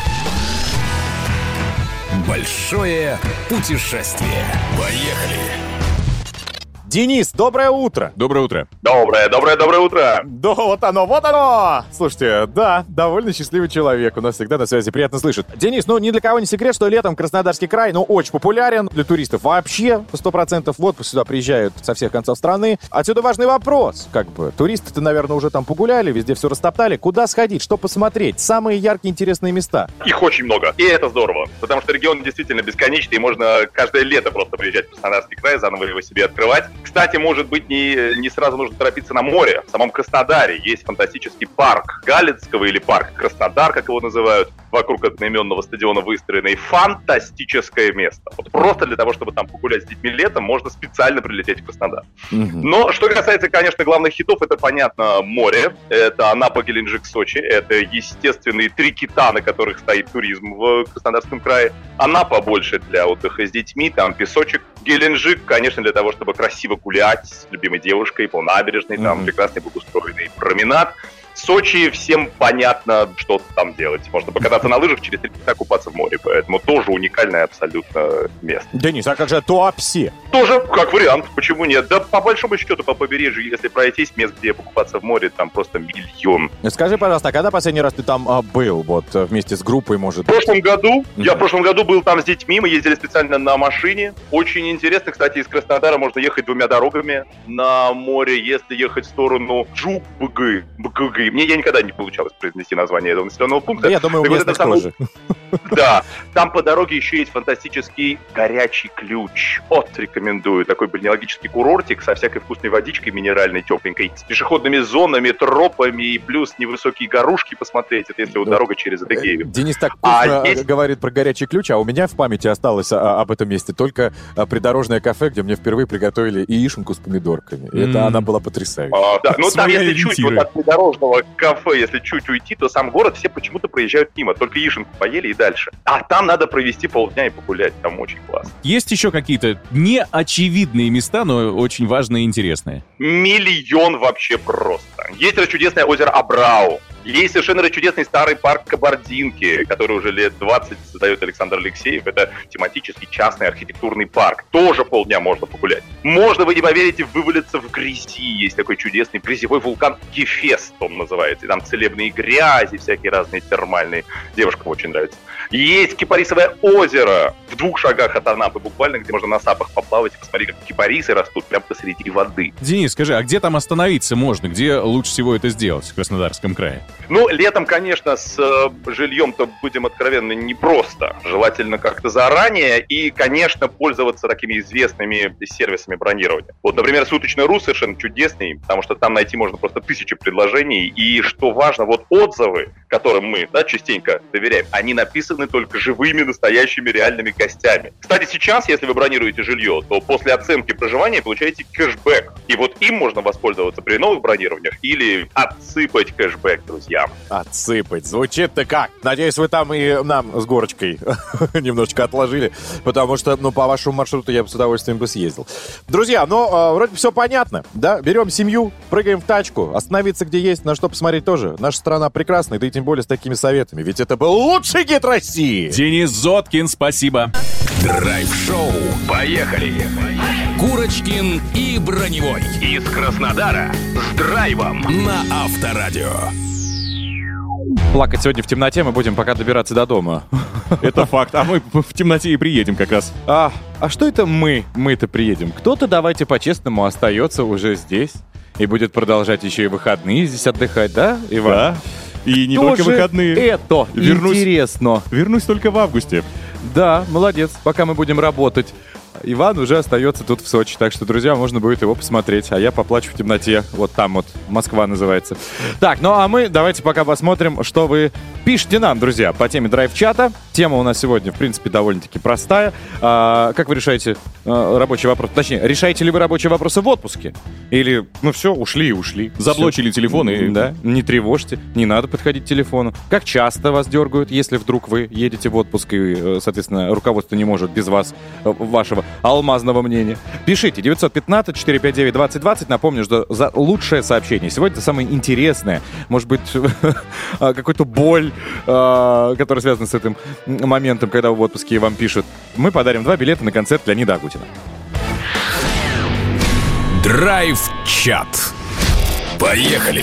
Большое путешествие. Поехали! Денис, доброе утро! Доброе утро. Доброе утро. Да, вот оно! Слушайте, да, довольно счастливый человек. У нас всегда на связи, приятно слышать. Денис, ну ни для кого не секрет, что летом Краснодарский край, очень популярен. Для туристов вообще 100%. Вот сюда приезжают со всех концов страны. Отсюда важный вопрос. Туристы-то, наверное, уже там погуляли, везде все растоптали. Куда сходить, что посмотреть? Самые яркие, интересные места. Их очень много. И это здорово. Потому что регион действительно бесконечный, и можно каждое лето просто приезжать в Краснодарский край, заново его себе открывать. Кстати, может быть, не сразу нужно торопиться на море. В самом Краснодаре есть фантастический парк Галицкого, или парк Краснодар, как его называют, вокруг одноименного стадиона выстроенный. Фантастическое место. Вот просто для того, чтобы там погулять с детьми летом, можно специально прилететь в Краснодар. Но что касается, конечно, главных хитов, это, понятно, море. Это Анапа, Геленджик, Сочи. Это естественные 3 кита, на которых стоит туризм в Краснодарском крае. Анапа больше для отдыха с детьми, там песочек. Геленджик, конечно, для того, чтобы красиво гулять с любимой девушкой по набережной, там прекрасный благоустроенный променад. Сочи всем понятно, что там делать. Можно покататься на лыжах, через 3 часа купаться в море. Поэтому тоже уникальное абсолютно место. Денис, а как же Туапсе? Тоже как вариант, почему нет? Да по большому счету по побережью, если пройтись, мест, где покупаться в море, там просто миллион. Скажи, пожалуйста, а когда последний раз ты там был? Вот вместе с группой, может? В прошлом году, я в прошлом году был там с детьми, мы ездили специально на машине. Очень интересно, кстати, из Краснодара можно ехать 2 дорогами на море, если ехать в сторону Джубгы. Мне никогда не получалось произнести название этого населенного пункта. Да, я думаю, у местных тоже. Да, там по дороге еще есть фантастический горячий ключ. Рекомендую. Такой бальнеологический курортик со всякой вкусной водичкой минеральной, тепленькой, с пешеходными зонами, тропами и плюс невысокие горушки посмотреть. Это если вот дорога через Адыгею. Денис так вкусно говорит про горячий ключ, а у меня в памяти осталось об этом месте только придорожное кафе, где мне впервые приготовили яишенку с помидорками. Это она была потрясающая. Да. Ну там, если чуть вот от придорожного кафе, если чуть уйти, то сам город все почему-то проезжают мимо. Только яишенку поели и дальше. А там надо провести полдня и погулять. Там очень классно. Есть еще какие-то неочевидные места, но очень важные и интересные? Миллион вообще просто. Есть чудесное озеро Абрау. Есть совершенно чудесный старый парк Кабардинки, который уже лет 20 создает Александр Алексеев. Это тематический частный архитектурный парк. Тоже полдня можно погулять. Можно, вы не поверите, вывалиться в грязи. Есть такой чудесный грязевой вулкан Гефест, он называется. И там целебные грязи, всякие разные термальные. Девушкам очень нравится. Есть Кипарисовое озеро в 2 шагах от Анапы буквально, где можно на сапах поплавать и посмотреть, как кипарисы растут прямо посреди воды. Денис, скажи, а где там остановиться можно? Где лучше всего это сделать в Краснодарском крае? Ну, летом, конечно, с жильем-то, будем откровенны, непросто. Желательно как-то заранее и, конечно, пользоваться такими известными сервисами бронирования. Вот, например, суточный РУ совершенно чудесный, потому что там найти можно просто 1000 предложений. И, что важно, вот отзывы, которым мы, частенько доверяем, они написаны только живыми, настоящими, реальными гостями. Кстати, сейчас, если вы бронируете жилье, то после оценки проживания получаете кэшбэк. И вот им можно воспользоваться при новых бронированиях или отсыпать кэшбэк, друзья. Отсыпать. Звучит-то как? Надеюсь, вы там и нам с горочкой немножечко отложили, потому что, по вашему маршруту я бы с удовольствием бы съездил. Друзья, вроде все понятно, да? Берем семью, прыгаем в тачку, остановиться где есть, на что посмотреть тоже. Наша страна прекрасная, да и тем более с такими советами, ведь это был лучший гид России! Денис Зоткин, спасибо! Драйв-шоу. Поехали! Курочкин и Броневой. Из Краснодара с драйвом на Авторадио. Плакать сегодня в темноте мы будем, пока добираться до дома. Это факт. А мы в темноте и приедем как раз. А что это мы? Мы-то приедем. Кто-то, давайте по-честному, остается уже здесь и будет продолжать еще и выходные здесь отдыхать, да, Иван? Да. И не Кто только же выходные. Это интересно. Вернусь только в августе. Да, молодец. Пока мы будем работать. Иван уже остается тут в Сочи, так что, друзья, можно будет его посмотреть, а я поплачу в темноте, вот там вот, Москва называется. Так, а мы давайте пока посмотрим, что вы пишете нам, друзья, по теме драйв-чата. Тема у нас сегодня, в принципе, довольно-таки простая. Как вы решаете рабочие вопросы? Точнее, решаете ли вы рабочие вопросы в отпуске? Или, все, ушли и ушли. Заблочили телефоны. Да, не тревожьте, не надо подходить к телефону. Как часто вас дергают, если вдруг вы едете в отпуск и, соответственно, руководство не может без вас, вашего алмазного мнения. Пишите 915-459-2020. Напомню, что за лучшее сообщение сегодня самое интересное. Может быть, какую-то боль, которая связана с этим моментом, когда вы в отпуске и вам пишут. Мы подарим 2 билета на концерт Леонида Агутина. Драйв-чат. Поехали!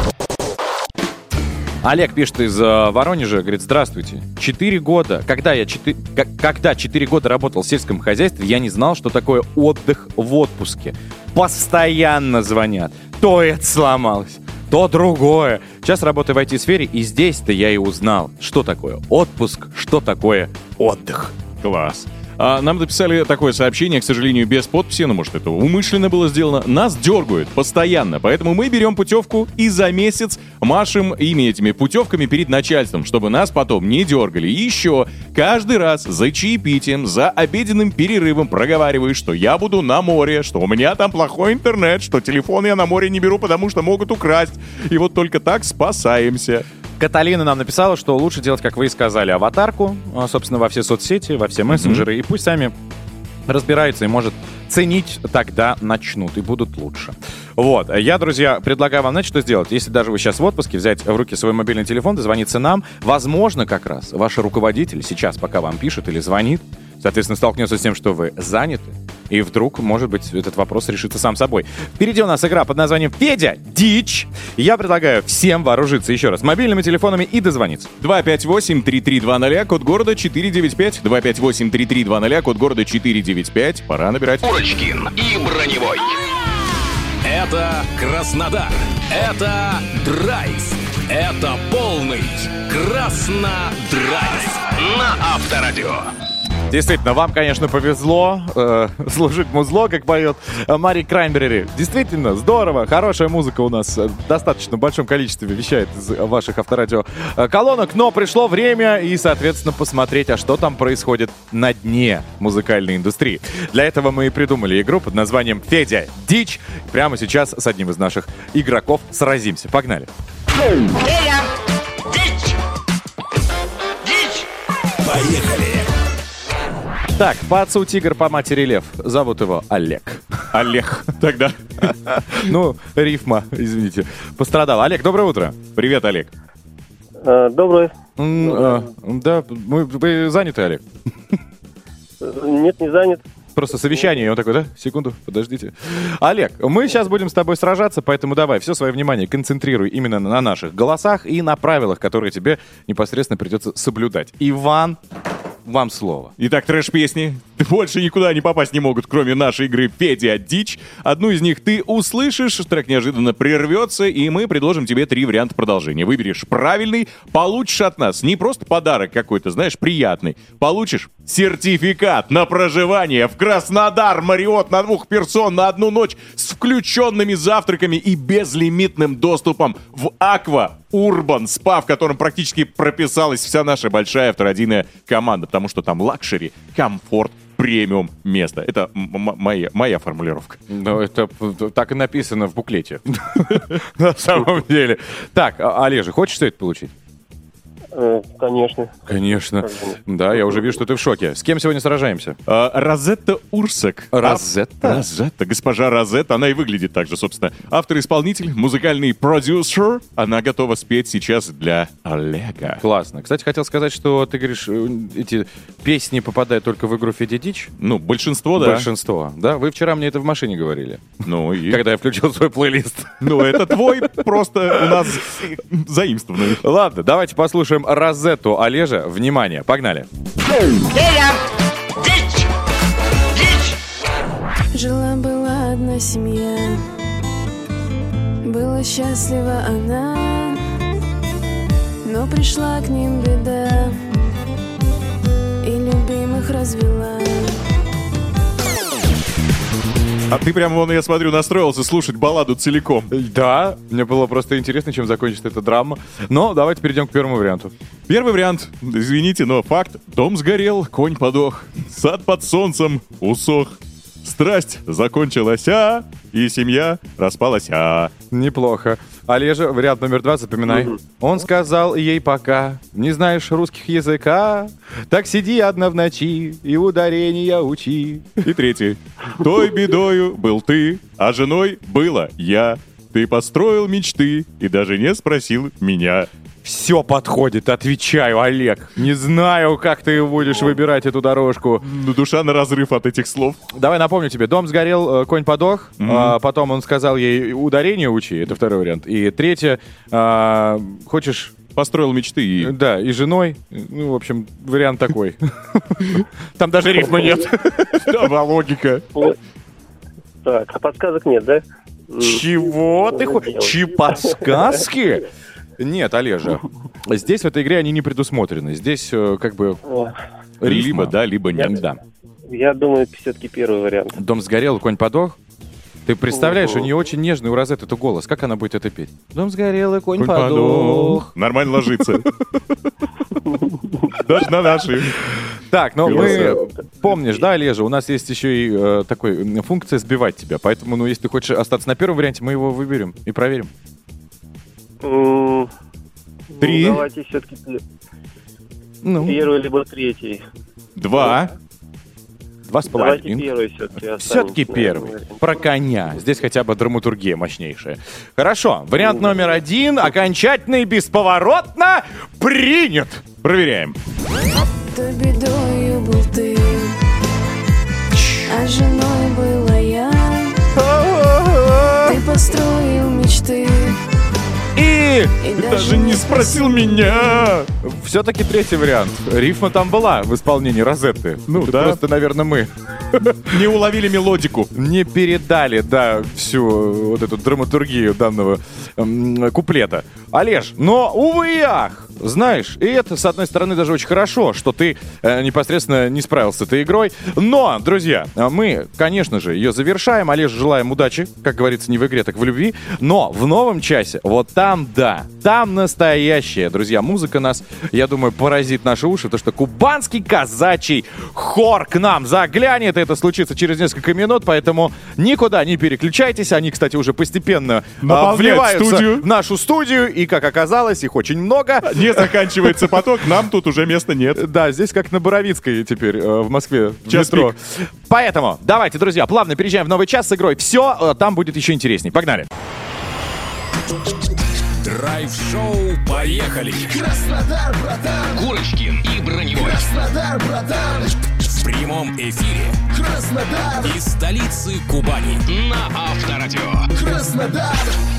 Олег пишет из Воронежа, говорит, здравствуйте. 4 года, когда 4 года работал в сельском хозяйстве, я не знал, что такое отдых в отпуске. Постоянно звонят. То это сломалось, то другое. Сейчас работаю в IT-сфере, и здесь-то я и узнал, что такое отпуск, что такое отдых. Класс. Нам написали такое сообщение, к сожалению, без подписи, может, это умышленно было сделано. Нас дергают постоянно, поэтому мы берем путевку и за месяц машем этими путевками перед начальством, чтобы нас потом не дергали. И еще каждый раз за чаепитием, за обеденным перерывом проговариваю, что я буду на море, что у меня там плохой интернет, что телефон я на море не беру, потому что могут украсть. И вот только так спасаемся. Каталина нам написала, что лучше делать, как вы и сказали, аватарку, собственно, во все соцсети, во все мессенджеры, и пусть сами разбираются и, может, ценить тогда начнут и будут лучше. Вот. Я, друзья, предлагаю вам, знаете, что сделать? Если даже вы сейчас в отпуске, взять в руки свой мобильный телефон, дозвониться нам. Возможно, как раз ваш руководитель сейчас, пока вам пишет или звонит, соответственно, столкнется с тем, что вы заняты, и вдруг, может быть, этот вопрос решится сам собой. Впереди у нас игра под названием «Федя Дичь». Я предлагаю всем вооружиться еще раз мобильными телефонами и дозвониться. 258-3320, код города 495. 258-3320, код города 495. Пора набирать. Курочкин и Броневой. Это Краснодар. Это драйв. Это полный Краснодрайв на Авторадио. Действительно, вам, конечно, повезло служить музло, как поет Мари Краймбрери. Действительно, здорово, хорошая музыка у нас в достаточно большом количестве вещает из ваших авторадио колонок, но пришло время и, соответственно, посмотреть, а что там происходит на дне музыкальной индустрии. Для этого мы и придумали игру под названием «Федя Дичь». Прямо сейчас с одним из наших игроков сразимся. Погнали! Федя Дичь! Дичь! Поехали! Так, по отцу тигр, по матери лев. Зовут его Олег. Олег, тогда. Ну, рифма, извините, пострадал. Олег, доброе утро. Привет, Олег. Доброе. Да, вы заняты, Олег? Нет, не занят. Просто совещание, и он такой, да? Секунду, подождите. Олег, мы сейчас будем с тобой сражаться, поэтому давай все свое внимание концентрируй именно на наших голосах и на правилах, которые тебе непосредственно придется соблюдать. Иван, вам слово. Итак, трэш-песни больше никуда не попасть не могут, кроме нашей игры «Федя Дичь». Одну из них ты услышишь, трек неожиданно прервется, и мы предложим тебе 3 варианта продолжения. Выберешь правильный, получишь от нас не просто подарок какой-то, знаешь, приятный. Получишь сертификат на проживание в Краснодар, Марриотт на 2 персон на 1 ночь с включенными завтраками и безлимитным доступом в Аква Урбан спа, в котором практически прописалась вся наша большая авторадийная команда, потому что там лакшери, комфорт, премиум место. Это моя формулировка. Ну, это так и написано в буклете. На самом деле. Так, Олежа, хочешь что-то получить? Конечно. Конечно. Да, я уже вижу, что ты в шоке. С кем сегодня сражаемся? Розетта Урсак. Розетта? Розетта, госпожа Розетта. Она и выглядит так же, собственно. Автор-исполнитель, музыкальный продюсер. Она готова спеть сейчас для Олега. Классно. Кстати, хотел сказать, что ты говоришь, эти песни попадают только в игру «Федя Дичь». Ну, большинство, да. Большинство, да? Вы вчера мне это в машине говорили. Ну, и... Когда я включил свой плейлист. Ну, это твой просто у нас заимствованный. Ладно, давайте послушаем Розетту Олежа. Внимание, погнали. Жила-была одна семья, была счастлива она, но пришла к ним беда и любимых развела. А ты прямо, вон, я смотрю, настроился слушать балладу целиком. Да, мне было просто интересно, чем закончится эта драма. Но давайте перейдем к первому варианту. Первый вариант, извините, но факт. Дом сгорел, конь подох, сад под солнцем усох. Страсть закончилась, и семья распалась, Неплохо. Олежа, вариант номер 2, запоминай. Он сказал ей пока, не знаешь русских языка, так сиди одна в ночи и ударения учи. И третий. Той бедою был ты, а женой было я. Ты построил мечты и даже не спросил меня. Все подходит, отвечаю, Олег. Не знаю, как ты будешь выбирать эту дорожку. Ну, душа на разрыв от этих слов. Давай напомню тебе. Дом сгорел, конь подох. Потом он сказал ей ударение учи. Это второй вариант. И третье. Хочешь... Построил мечты и... Да, и женой. Ну, в общем, вариант такой. Там даже рифма нет. Да, логика. Так, а подсказок нет, да? Чего ты хочешь? Подсказки? Нет, Олежа. Здесь в этой игре они не предусмотрены. Здесь как бы либо да, либо нет. Да. Я думаю, все-таки первый вариант. Дом сгорел, конь подох. Ты представляешь, у нее очень нежный у Розетты это голос. Как она будет это петь? Дом сгорел, и конь подох. Нормально ложится. Даже на наши. Так, ну мы... Помнишь, да, Олежа, у нас есть еще и такой функция сбивать тебя. Поэтому, ну, если ты хочешь остаться на первом варианте, мы его выберем и проверим. 3. Ну, давайте все-таки первый либо третий. 2. 2,5. Давайте первый все-таки останемся. Все-таки первый. Про коня. Здесь хотя бы драматургия мощнейшая. Хорошо. Вариант номер 1 окончательно и бесповоротно принят. Проверяем. То бедою был ты, а женой была я. Ты построил мечты И даже не спросил меня. Все-таки третий вариант. Рифма там была в исполнении Розетты. Ну, да. Просто, наверное, мы не уловили мелодику. Не передали, да, всю вот эту драматургию данного куплета. Олеж, но, увы и ах, знаешь, и это, с одной стороны, даже очень хорошо, что ты непосредственно не справился с этой игрой. Но, друзья, мы, конечно же, ее завершаем. Олеж, желаем удачи, как говорится, не в игре, так в любви. Но в новом часе, вот там, да, там настоящая, друзья, музыка нас, я думаю, поразит наши уши, потому что кубанский казачий хор к нам заглянет. Это случится через несколько минут, поэтому никуда не переключайтесь. Они, кстати, уже постепенно вливаются в нашу студию, и, как оказалось, их очень много. Не заканчивается поток, нам тут уже места нет. Да, здесь как на Боровицкой теперь в Москве, в метро. Поэтому давайте, друзья, плавно переезжаем в новый час с игрой. Все, там будет еще интересней. Погнали. Драйв-шоу «Поехали!» Краснодар, братан! Курочкин и Броневой. Краснодар, братан! В прямом эфире. Краснодар! Из столицы Кубани. На Авторадио. Краснодар!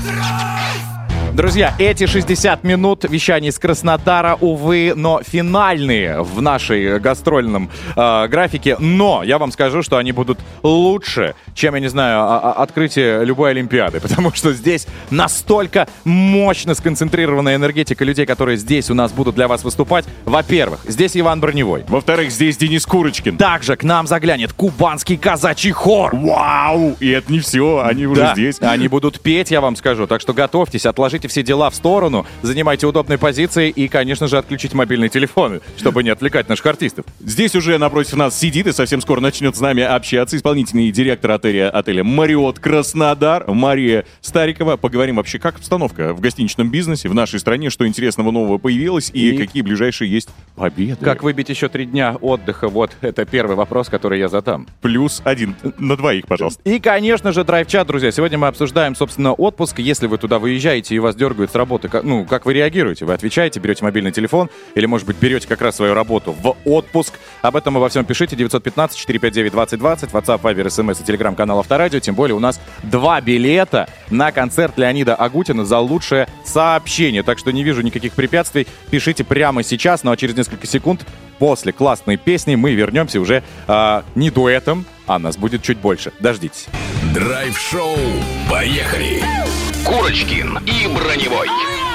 Друзья, эти 60 минут вещания из Краснодара, увы, но финальные в нашей гастрольном графике. Но я вам скажу, что они будут лучше, чем, я не знаю, открытие любой Олимпиады. Потому что здесь настолько мощно сконцентрированная энергетика людей, которые здесь у нас будут для вас выступать. Во-первых, здесь Иван Броневой. Во-вторых, здесь Денис Курочкин. Также к нам заглянет кубанский казачий хор. Вау! И это не все, они уже здесь. Они будут петь, я вам скажу. Так что готовьтесь, отложите все дела в сторону, занимайте удобные позиции и, конечно же, отключите мобильные телефоны, чтобы не отвлекать наших артистов. Здесь уже напротив нас сидит и совсем скоро начнет с нами общаться исполнительный директор отеля «Мариот Краснодар» Мария Старикова. Поговорим вообще, как обстановка в гостиничном бизнесе в нашей стране, что интересного нового появилось и какие ближайшие есть победы. Как выбить еще 3 дня отдыха? Вот это первый вопрос, который я задам. +1 на 2, пожалуйста. И, конечно же, драйв-чат, друзья. Сегодня мы обсуждаем, собственно, отпуск. Если вы туда выезжаете и вас дергают с работы, как вы реагируете? Вы отвечаете, берете мобильный телефон или, может быть, берете как раз свою работу в отпуск? Об этом обо всем пишите. 915-459-2020, WhatsApp, Viber, SMS и телеграм-канал Авторадио. Тем более у нас 2 билета на концерт Леонида Агутина за лучшее сообщение. Так что не вижу никаких препятствий. Пишите прямо сейчас, ну а через несколько секунд после классной песни мы вернемся уже не дуэтом, а нас будет чуть больше. Дождитесь. Драйв-шоу «Поехали!» Курочкин и Броневой.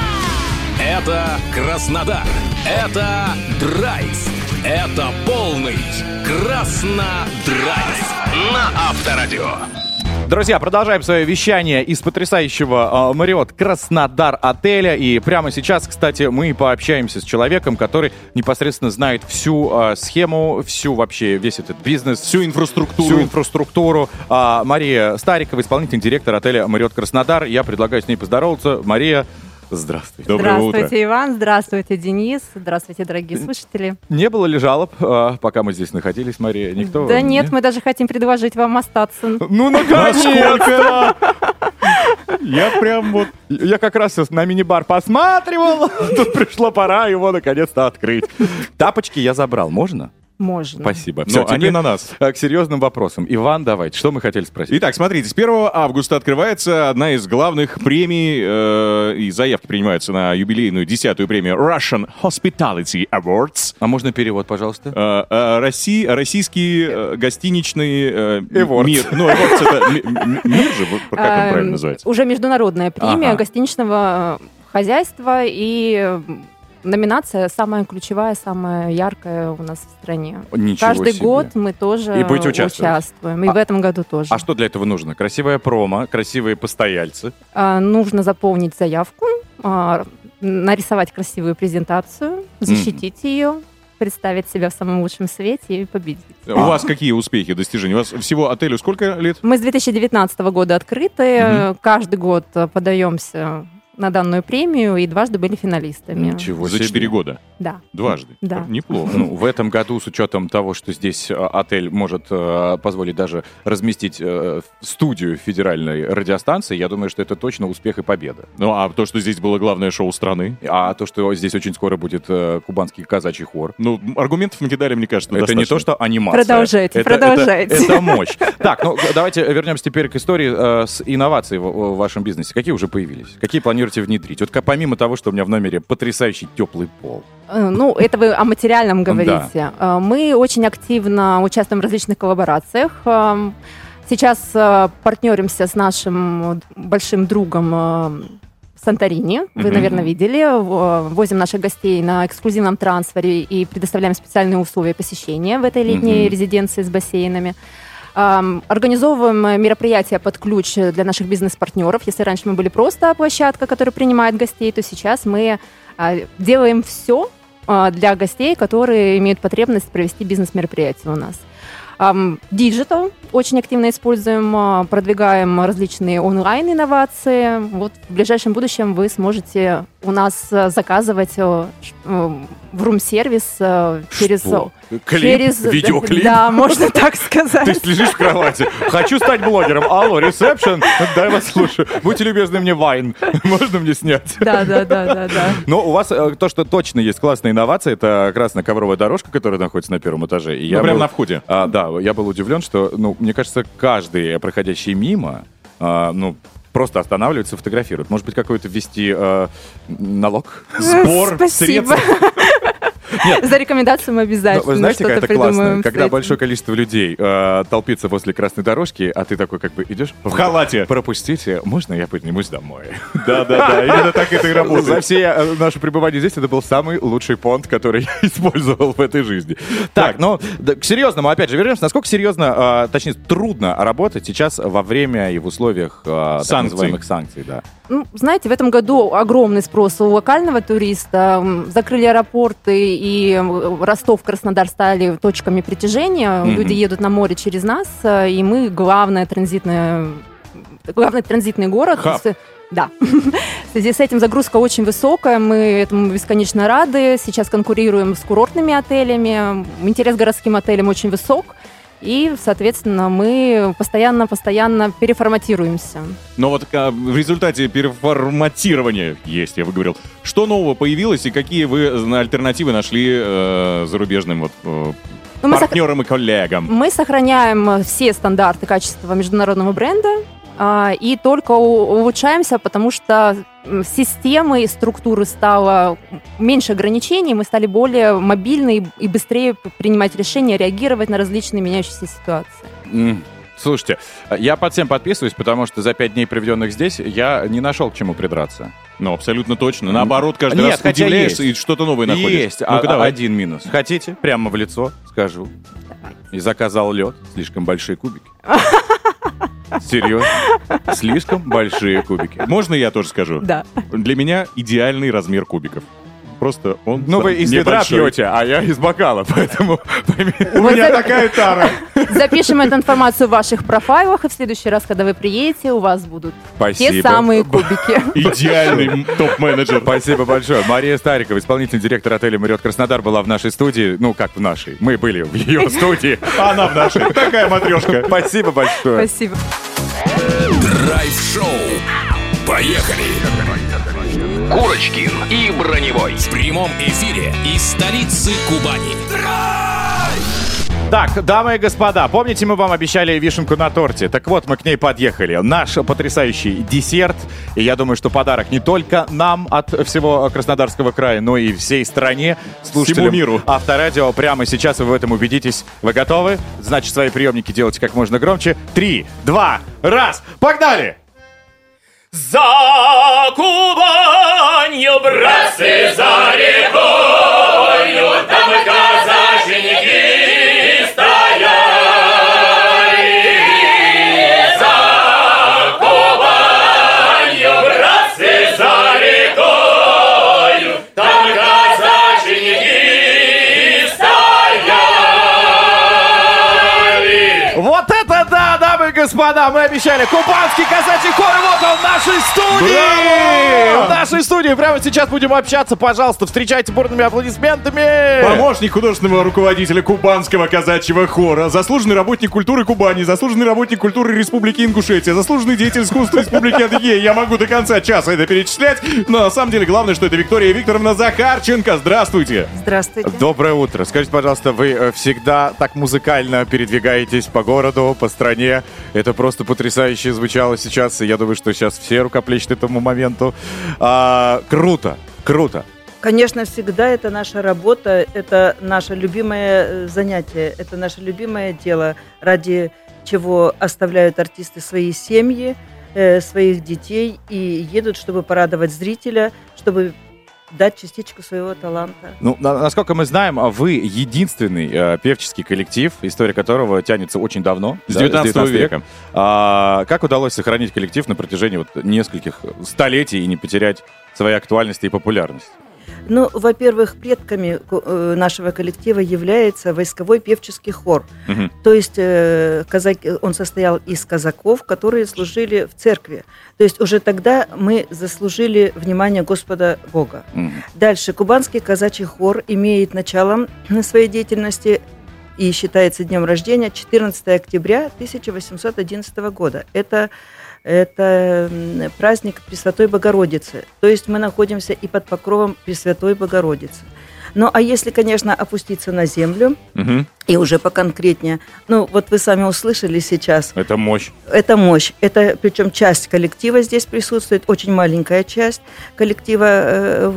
Это Краснодар. Это драйв. Это полный Краснодрайв. На Авторадио. Друзья, продолжаем свое вещание из потрясающего Мариот Краснодар отеля. И прямо сейчас, кстати, мы пообщаемся с человеком, который непосредственно знает всю схему, всю вообще весь этот бизнес, всю инфраструктуру. Мария Старикова, исполнительный директор отеля Мариот Краснодар. Я предлагаю с ней поздороваться. Мария, здравствуйте. Доброе утро. Здравствуйте, Иван. Здравствуйте, Денис. Здравствуйте, дорогие слушатели. Не было ли жалоб, пока мы здесь находились, Мария? Никто? Да нет, мы даже хотим предложить вам остаться. Ну, наконец-то! Я прям вот... Я как раз на мини-бар посматривал. Тут пришла пора его наконец-то открыть. Тапочки я забрал. Можно? Можно. Спасибо. Все, они на нас. К серьезным вопросам. Иван, давайте, что мы хотели спросить? Итак, смотрите, с 1 августа открывается одна из главных премий, и заявки принимаются на юбилейную 10-ю премию Russian Hospitality Awards. А можно перевод, пожалуйста? Российский гостиничный Awards. мир. Ну, Awards это мир же, как он правильно называется? Уже международная премия гостиничного хозяйства и... Номинация самая ключевая, самая яркая у нас в стране. Ничего Каждый себе. год мы тоже участвуем. И в этом году тоже. А что для этого нужно? Красивая промо, красивые постояльцы? Нужно заполнить заявку, нарисовать красивую презентацию, защитить ее, представить себя в самом лучшем свете и победить. У вас какие успехи, достижения? У вас всего отелю сколько лет? Мы с 2019 года открыты. Каждый год подаемся на данную премию и дважды были финалистами. Ничего За себе. 4 года? Да. Дважды? Да. Неплохо. Ну, в этом году, с учетом того, что здесь отель может позволить даже разместить студию федеральной радиостанции, я думаю, что это точно успех и победа. Ну, а то, что здесь было главное шоу страны? А то, что здесь очень скоро будет кубанский казачий хор. Ну, аргументов накидали, мне кажется, Это достаточно. не то, что анимация. Продолжайте. Это мощь. Так, ну давайте вернемся теперь к истории с инновацией в вашем бизнесе. Какие уже появились? Какие планируете внедрить? Вот помимо того, что у меня в номере потрясающий теплый пол. Ну, это вы о материальном говорите. Да. Мы очень активно участвуем в различных коллаборациях. Сейчас партнеримся с нашим большим другом Санторини. Вы, наверное, видели. Возим наших гостей на эксклюзивном трансфере и предоставляем специальные условия посещения в этой летней резиденции с бассейнами. Организовываем мероприятия под ключ для наших бизнес-партнеров. Если раньше мы были просто площадка, которая принимает гостей, то сейчас мы делаем все для гостей, которые имеют потребность провести бизнес-мероприятие у нас. Digital очень активно используем, продвигаем различные онлайн-инновации. Вот в ближайшем будущем вы сможете у нас заказывать рум-сервис через... Видеоклип? Да, можно так сказать. То есть лежишь в кровати. Хочу стать блогером. Алло, ресепшн. Дай вас слушаю. Будьте любезны, мне вайн. Можно мне снять? Да. Но у вас то, что точно есть классная инновация, это красная ковровая дорожка, которая находится на первом этаже. И прямо на входе. Да, я был удивлен, что, мне кажется, каждый проходящий мимо, просто останавливается и фотографирует. Может быть, какой-то ввести налог? Сбор Спасибо. средств? Нет. За рекомендацию мы обязательно Вы знаете, как это классно? Когда этим. большое количество людей толпится возле красной дорожки, а ты такой идешь в халате. Пропустите, можно я поднимусь домой? Да, именно так это и работает. За все наше пребывание здесь это был самый лучший понт, который я использовал в этой жизни. Так, к серьезному, опять же, вернемся. Насколько серьезно, точнее, трудно работать сейчас во время и в условиях так называемых санкций, да? Знаете, в этом году огромный спрос у локального туриста. Закрыли аэропорты, и Ростов, Краснодар стали точками притяжения. Люди едут на море через нас, и мы главный транзитный город. Да. В связи с этим загрузка очень высокая, мы этому бесконечно рады. Сейчас конкурируем с курортными отелями. Интерес к городским отелям очень высок. И, соответственно, мы постоянно переформатируемся. Но вот в результате переформатирования я выговорил, что нового появилось и какие вы альтернативы нашли зарубежным партнерам и коллегам? Мы сохраняем все стандарты качества международного бренда и только улучшаемся, потому что системы и структуры стало меньше ограничений, мы стали более мобильны и быстрее принимать решения, реагировать на различные меняющиеся ситуации. Слушайте, я под всем подписываюсь, потому что за 5 дней, проведенных здесь, я не нашел к чему придраться. Ну, абсолютно точно. Наоборот, каждый раз удивляешься и что-то новое находишь. Есть. Один минус. Хотите? Прямо в лицо скажу. И заказал лед. Слишком большие кубики. Серьезно? Слишком большие кубики. Можно я тоже скажу? Да. Для меня идеальный размер кубиков. Просто он вы из ведра пьете, а я из бокала, поэтому у меня такая тара. Запишем эту информацию в ваших профайлах, и в следующий раз, когда вы приедете, у вас будут те самые кубики. Идеальный топ-менеджер. Спасибо большое. Мария Старикова, исполнительный директор отеля «Марриотт Краснодар», была в нашей студии. Ну, как в нашей. Мы были в ее студии. Она в нашей. Такая матрешка. Спасибо большое. Спасибо. Драйв-шоу. Поехали! Курочкин и Броневой в прямом эфире из столицы Кубани. Так, дамы и господа, помните, мы вам обещали вишенку на торте? Так вот, мы к ней подъехали. Наш потрясающий десерт. И я думаю, что подарок не только нам от всего Краснодарского края, но и всей стране, слушателям всему миру. Авторадио. Прямо сейчас вы в этом убедитесь. Вы готовы? Значит, свои приемники делайте как можно громче. 3, 2, 1, погнали! За Кубанью, братцы, за рекою, там казачники стояли. За Кубанью, братцы, за рекою, там казачники стояли. Вот это да, дамы и господа, мы обещали кубанский казачий хор, и вот он в нашей студии! Браво! В нашей студии прямо сейчас будем общаться. Пожалуйста, встречайте бурными аплодисментами! Помощник художественного руководителя Кубанского казачьего хора, заслуженный работник культуры Кубани, заслуженный работник культуры Республики Ингушетия, заслуженный деятель искусства Республики Адыгея. Я могу до конца часа это перечислять, но на самом деле главное, что это Виктория Викторовна Захарченко. Здравствуйте! Здравствуйте. Доброе утро. Скажите, пожалуйста, вы всегда так музыкально передвигаетесь по городу, по стране? Это просто потрясающе звучало сейчас, и я думаю, что сейчас все рукоплещут этому моменту. Круто, круто. Конечно, всегда это наша работа, это наше любимое занятие, это наше любимое дело, ради чего оставляют артисты свои семьи, своих детей и едут, чтобы порадовать зрителя, чтобы дать частичку своего таланта. Ну, насколько мы знаем, вы единственный певческий коллектив, история которого тянется очень давно, с 19 века. Как удалось сохранить коллектив на протяжении нескольких столетий и не потерять своей актуальности и популярности? Ну, во-первых, предками нашего коллектива является войсковой певческий хор. Угу. То есть он состоял из казаков, которые служили в церкви. То есть уже тогда мы заслужили внимание Господа Бога. Угу. Дальше. Кубанский казачий хор имеет началом своей деятельности и считается днем рождения 14 октября 1811 года. Это праздник Пресвятой Богородицы. То есть мы находимся и под покровом Пресвятой Богородицы. Ну, а если, конечно, опуститься на землю, и уже поконкретнее, ну, вот вы сами услышали сейчас. Это мощь. Это мощь. Это, причем, часть коллектива здесь присутствует, очень маленькая часть коллектива.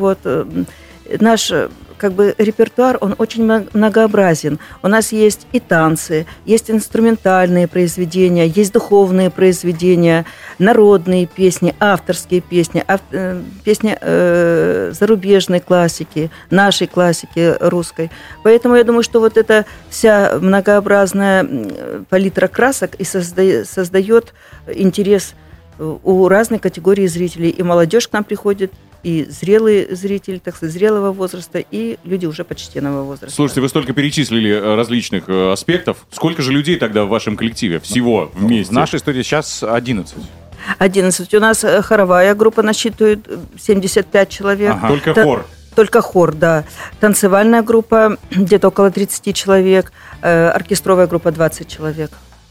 Наш репертуар, он очень многообразен. У нас есть и танцы, есть инструментальные произведения, есть духовные произведения, народные песни, авторские песни, песни зарубежной классики, нашей классики русской. Поэтому я думаю, что вот эта вся многообразная палитра красок и создает интерес у разной категории зрителей. И молодежь к нам приходит, и зрелые зрители, так сказать, зрелого возраста, и люди уже почтенного возраста. Слушайте, вы столько перечислили различных аспектов. Сколько же людей тогда в вашем коллективе всего вместе? В нашей студии сейчас 11. 11. У нас хоровая группа насчитывает 75 человек. Ага. Только хор? Только хор, да. Танцевальная группа где-то около 30 человек. Оркестровая группа 20 человек.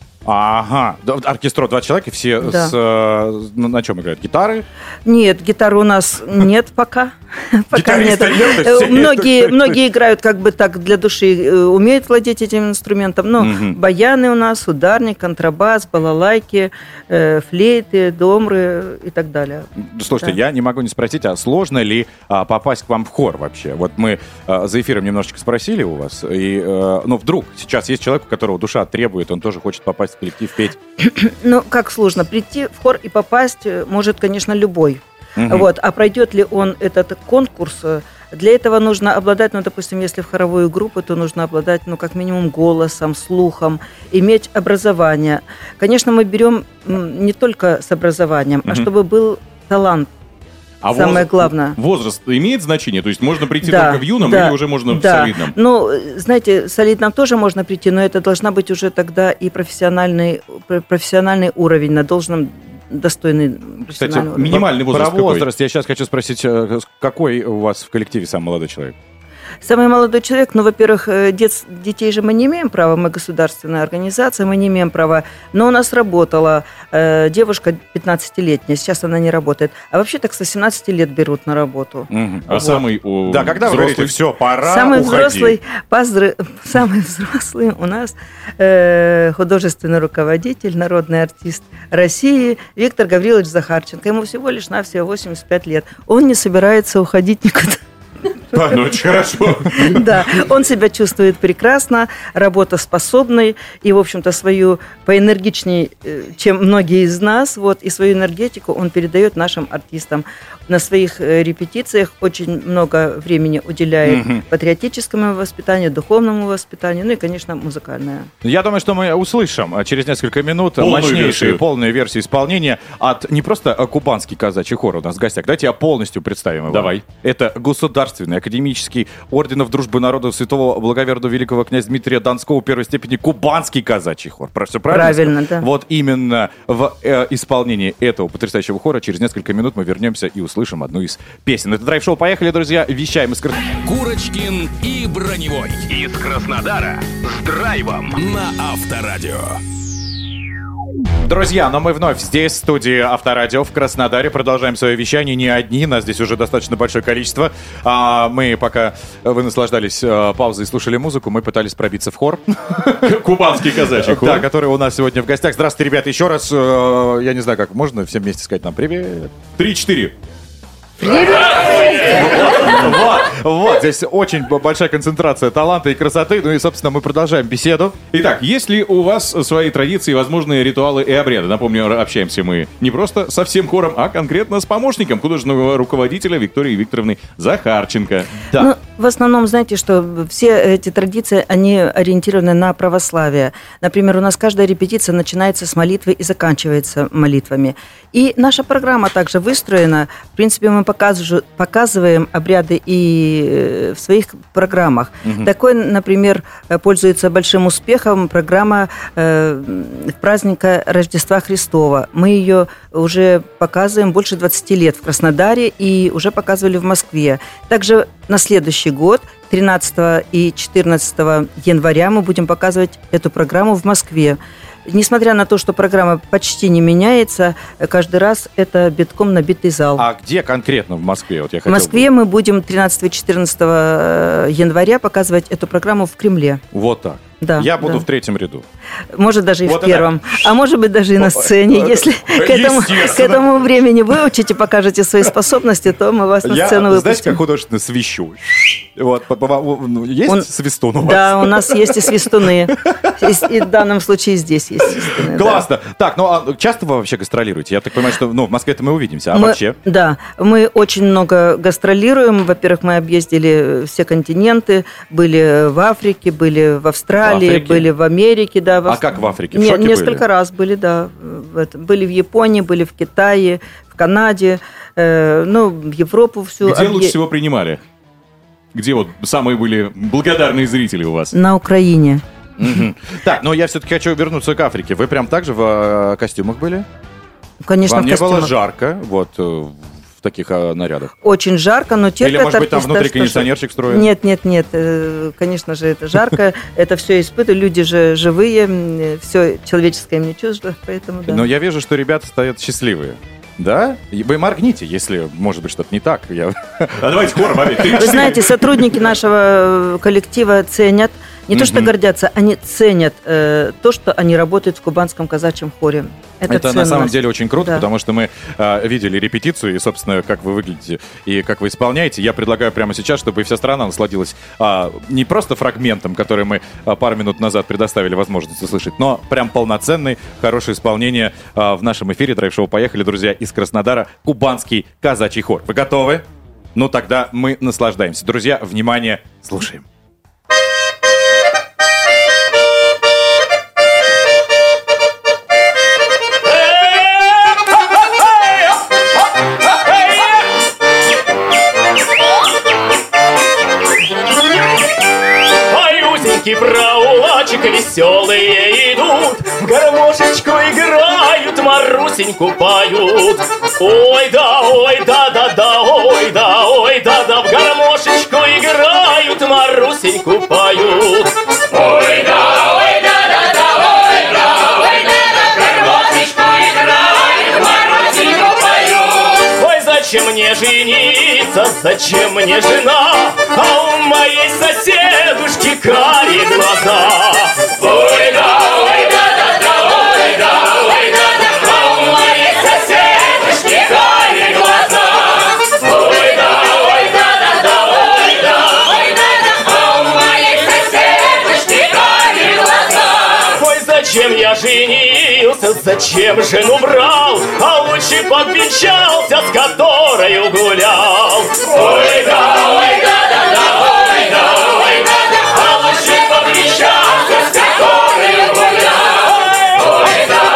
Ага, оркестро 20 человек, и все да. На чем играют? Гитары? Нет, гитары у нас нет пока. Пока нет. Многие играют как бы так для души, умеют владеть этим инструментом. Но баяны у нас, ударник, контрабас, балалайки, флейты, домры и так далее. Слушайте, я не могу не спросить, а сложно ли попасть к вам в хор вообще? Вот мы за эфиром немножечко спросили у вас, и вдруг сейчас есть человек, у которого душа требует, он тоже хочет попасть в коллектив, петь. Ну, как сложно. Прийти в хор и попасть может, конечно, любой. А пройдет ли он этот конкурс? Для этого нужно обладать, допустим, если в хоровую группу, то нужно обладать, как минимум, голосом, слухом, иметь образование. Конечно, мы берем не только с образованием, а чтобы был талант. А самое главное. Возраст имеет значение? То есть можно прийти только в юном или уже можно в солидном? Ну, знаете, в солидном тоже можно прийти, но это должна быть уже тогда и профессиональный уровень на должном достойный профессиональный Кстати, уровень. Минимальный возраст про возраст я сейчас хочу спросить, какой у вас в коллективе самый молодой человек? Самый молодой человек, во-первых, детей же мы не имеем права, мы государственная организация, мы не имеем права. Но у нас работала девушка 15-летняя, сейчас она не работает. А вообще так с 18 лет берут на работу. А самый да, когда вы говорите, все, пора самый уходить. Самый взрослый у нас художественный руководитель, народный артист России Виктор Гаврилович Захарченко. Ему всего лишь навсего 85 лет. Он не собирается уходить никуда. Ну, очень хорошо. Да, он себя чувствует прекрасно, работоспособный и, в общем-то, свою поэнергичнее, чем многие из нас, и свою энергетику он передает нашим артистам. На своих репетициях очень много времени уделяет патриотическому воспитанию, духовному воспитанию, и, конечно, музыкальное. Я думаю, что мы услышим через несколько минут полную версию исполнения от не просто кубанский казачий хор у нас в гостях. Давайте я полностью представим его. Давай. Это государственный государственный, академический, орденов Дружбы народов святого благоверного великого князя Дмитрия Донского первой степени Кубанский казачий хор. Все правильно? Правильно, да. Вот именно в исполнении этого потрясающего хора через несколько минут мы вернемся и услышим одну из песен. Это драйв-шоу. Поехали, друзья. Вещаем из Курочкин и Броневой из Краснодара с драйвом на Авторадио. Друзья, но мы вновь здесь, в студии Авторадио в Краснодаре. Продолжаем свое вещание. Не одни, нас здесь уже достаточно большое количество. Мы, пока вы наслаждались паузой и слушали музыку, мы пытались пробиться в хор. Кубанский казачий хор. Да, который у нас сегодня в гостях. Здравствуйте, ребята, еще раз. Я не знаю, как можно всем вместе сказать нам привет. 3-4. Вот, здесь очень большая концентрация таланта и красоты. Ну и, собственно, мы продолжаем беседу. Итак, есть ли у вас свои традиции, возможные ритуалы и обряды? Напомню, общаемся мы не просто со всем хором, а конкретно с помощником художественного руководителя Викторией Викторовной Захарченко. Да. Ну, в основном, знаете, что все эти традиции, они ориентированы на православие. Например, у нас каждая репетиция начинается с молитвы и заканчивается молитвами. И наша программа также выстроена. В принципе, мы показываем обряды и в своих программах. Такой, например, пользуется большим успехом программа праздника Рождества Христова. Мы ее уже показываем больше 20 лет в Краснодаре и уже показывали в Москве. Также на следующий год, 13 и 14 января, мы будем показывать эту программу в Москве. Несмотря на то, что программа почти не меняется, каждый раз это битком набитый зал. А где конкретно в Москве? Вот я в Москве мы будем 13 и 14 января показывать эту программу в Кремле. Вот так. Да, я буду в третьем ряду. Может, даже и вот в первом. А может быть, даже и на сцене. Если к этому времени выучите, покажете свои способности, то мы вас на сцену выпустим. Знаете, как художественно свищу? Вот, есть свистун у вас? Да, у нас есть и свистуны. И в данном случае здесь есть свистуны. Классно. Так, ну а часто вы вообще гастролируете? Я так понимаю, что в Москве-то мы увидимся, а вообще? Да, мы очень много гастролируем. Во-первых, мы объездили все континенты. Были в Африке, были в Австралии, были в Америке, да. А как в Африке? Нет, несколько раз были, да. Были в Японии, были в Китае, в Канаде, в Европу всю. Где лучше всего принимали? Где вот самые были благодарные зрители у вас? На Украине. Так, но я все-таки хочу вернуться к Африке. Вы прям так же в костюмах были? Конечно, в костюмах. Вам не было жарко, в таких нарядах? Очень жарко, но терпят. Или, может быть, там внутри кондиционерчик строят? Нет, конечно же, это жарко, это все испытывают, люди же живые, все человеческое им не чуждо, поэтому да. Но я вижу, что ребята стоят счастливые. Да? Вы моргните, если, может быть, что-то не так. А давайте хором, Вы знаете, сотрудники нашего коллектива ценят, не то что гордятся, они ценят то, что они работают в кубанском казачьем хоре. Это на самом деле очень круто, потому что мы видели репетицию, и, собственно, как вы выглядите и как вы исполняете. Я предлагаю прямо сейчас, чтобы вся страна насладилась не просто фрагментом, который мы пару минут назад предоставили возможность услышать, но прям полноценное, хорошее исполнение в нашем эфире драйв-шоу «Поехали», друзья, из Краснодара, Кубанский казачий хор. Вы готовы? Ну, тогда мы наслаждаемся. Друзья, внимание, слушаем. Проулочек веселые идут, гармошечку играют, Марусеньку поют. Ой да, да, ой да, в гармошечку играют, Марусеньку поют. Ой да, в гармошечку играют, Марусеньку поют. Ой, зачем мне жениться, зачем мне жена, а у моей соседушки карие глаза. Ой да, а у моей соседушки карие глаза. Ой да, а у моей соседушки карие глаза. Ой, зачем я женился, зачем жену брал, а лучше подвенчался, с которой гулял. Ой да, а лучше подвенчался, с которой гулял. Ой да,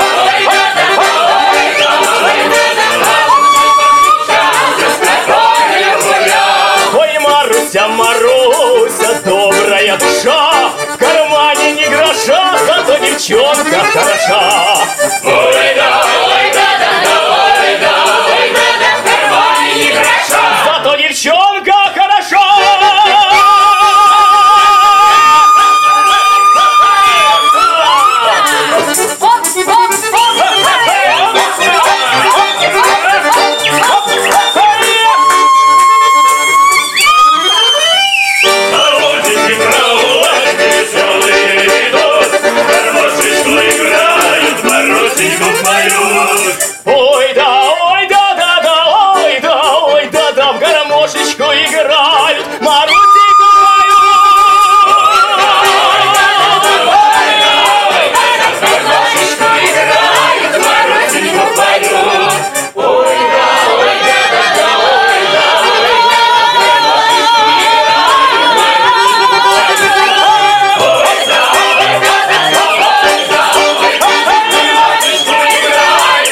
а лучше подвенчался, с которой гулял. Ой, девчонка хороша. Ой да, ой да, да, да, ой да, в кармане не гроша. Зато девчонка хороша. Ой да, ой да, да, да, ой да, ой да, да, в гармошечку играют, Марусеньку поют. Ой да, да, ой да, в гармошечку играют, Марусеньку поют. Ой да, ой да, да, да, ой да, в гармошечку играют, Марусеньку поют. Ой да, ой да, да, да, ой да, в гармошечку играют,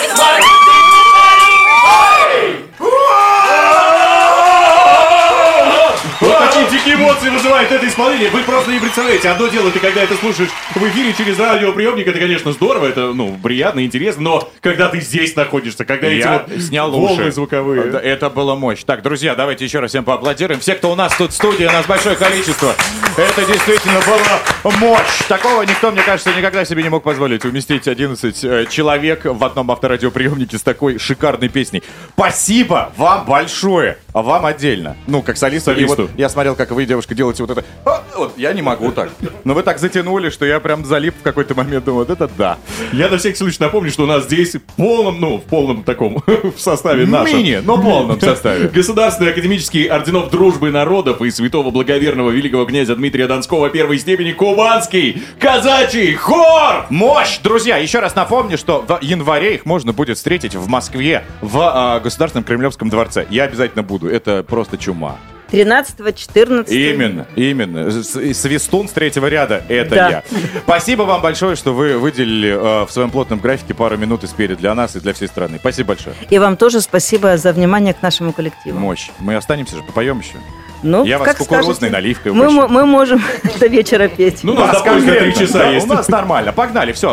Вот такие дикие эмоции вызывает это исполнение. Вы просто не представляете. Одно дело, ты когда это слушаешь в эфире через радиоприемник, это, конечно, здорово, это, приятно, интересно, но когда ты здесь находишься, когда Я эти снял волны уши. звуковые. Это было мощь. Так, друзья, давайте еще раз всем поаплодируем. Все, кто у нас тут в студии, у нас большое количество. Это действительно была мощь. Такого никто, мне кажется, никогда себе не мог позволить. Уместить 11 человек в одном авторадиоприемнике с такой шикарной песней. Спасибо вам большое. А вам отдельно. Как солисту. И вот я смотрел, как вы, девушка, делаете вот это. Вот я не могу так. Но вы так затянули, что я прям залип в какой-то момент. Думаю, вот это да. Я на всякий случай напомню, что у нас здесь в полном таком, в составе нашем. Но полном составе. Государственный академический орденов дружбы народов и святого благоверного великого князя Дмитрия Донского первой степени Кубанский казачий хор! Мощь! Друзья, еще раз напомню, что в январе их можно будет встретить в Москве в Государственном Кремлевском дворце. Я обязательно буду. Это просто чума. 13-14. Именно. Свистун с третьего ряда — это Да. я. Спасибо вам большое, что вы выделили в своем плотном графике пару минут и спели для нас и для всей страны. Спасибо большое. И вам тоже спасибо за внимание к нашему коллективу. Мощь. Мы останемся же, попоем еще. Ну, Я вас как с кукурузной скажете. наливкой Мы угощу. можем до вечера петь. Ну, у нас до поезда 3 часа Да, есть. У нас нормально. Погнали, все.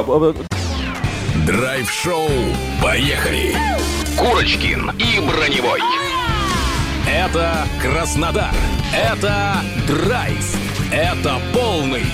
Драйв-шоу. Поехали. Курочкин и Броневой. Это Краснодар. Это драйв. Это полный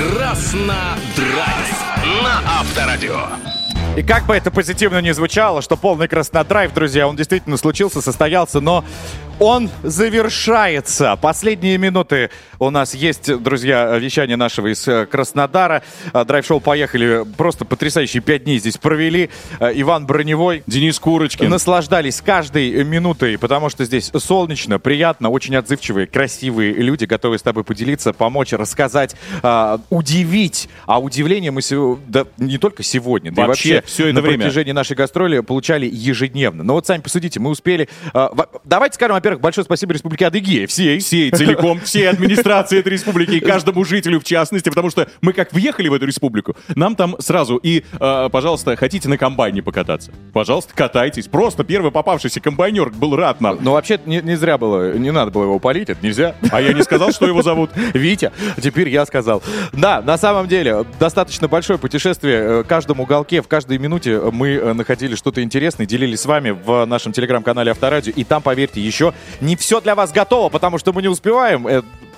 Краснодрайв. На Авторадио. И как бы это позитивно ни звучало, что полный Краснодрайв, друзья, он действительно случился, состоялся, но он завершается. Последние минуты у нас есть, друзья, вещание нашего из Краснодара. Драйв-шоу «Поехали». Просто потрясающие 5 дней здесь провели. Иван Броневой, Денис Курочкин. Наслаждались каждой минутой, потому что здесь солнечно, приятно, очень отзывчивые, красивые люди, готовы с тобой поделиться, помочь, рассказать, удивить. А удивление мы не только сегодня, да и вообще все это на время протяжении нашей гастроли получали ежедневно. Но вот сами посудите, мы успели... Давайте скажем, во-первых, большое спасибо Республике Адыгея. Всей целиком, всей администрации этой республики и каждому жителю в частности, потому что мы как въехали в эту республику, нам там сразу пожалуйста, хотите на комбайне покататься? Пожалуйста, катайтесь. Просто первый попавшийся комбайнер был рад нам. Но вообще не зря было, не надо было его палить, это нельзя. А я не сказал, что его зовут Витя. Теперь я сказал. Да, на самом деле, достаточно большое путешествие. В каждом уголке, в каждой минуте мы находили что-то интересное, делились с вами в нашем телеграм-канале Авторадио. И там, поверьте, еще не все для вас готово, потому что мы не успеваем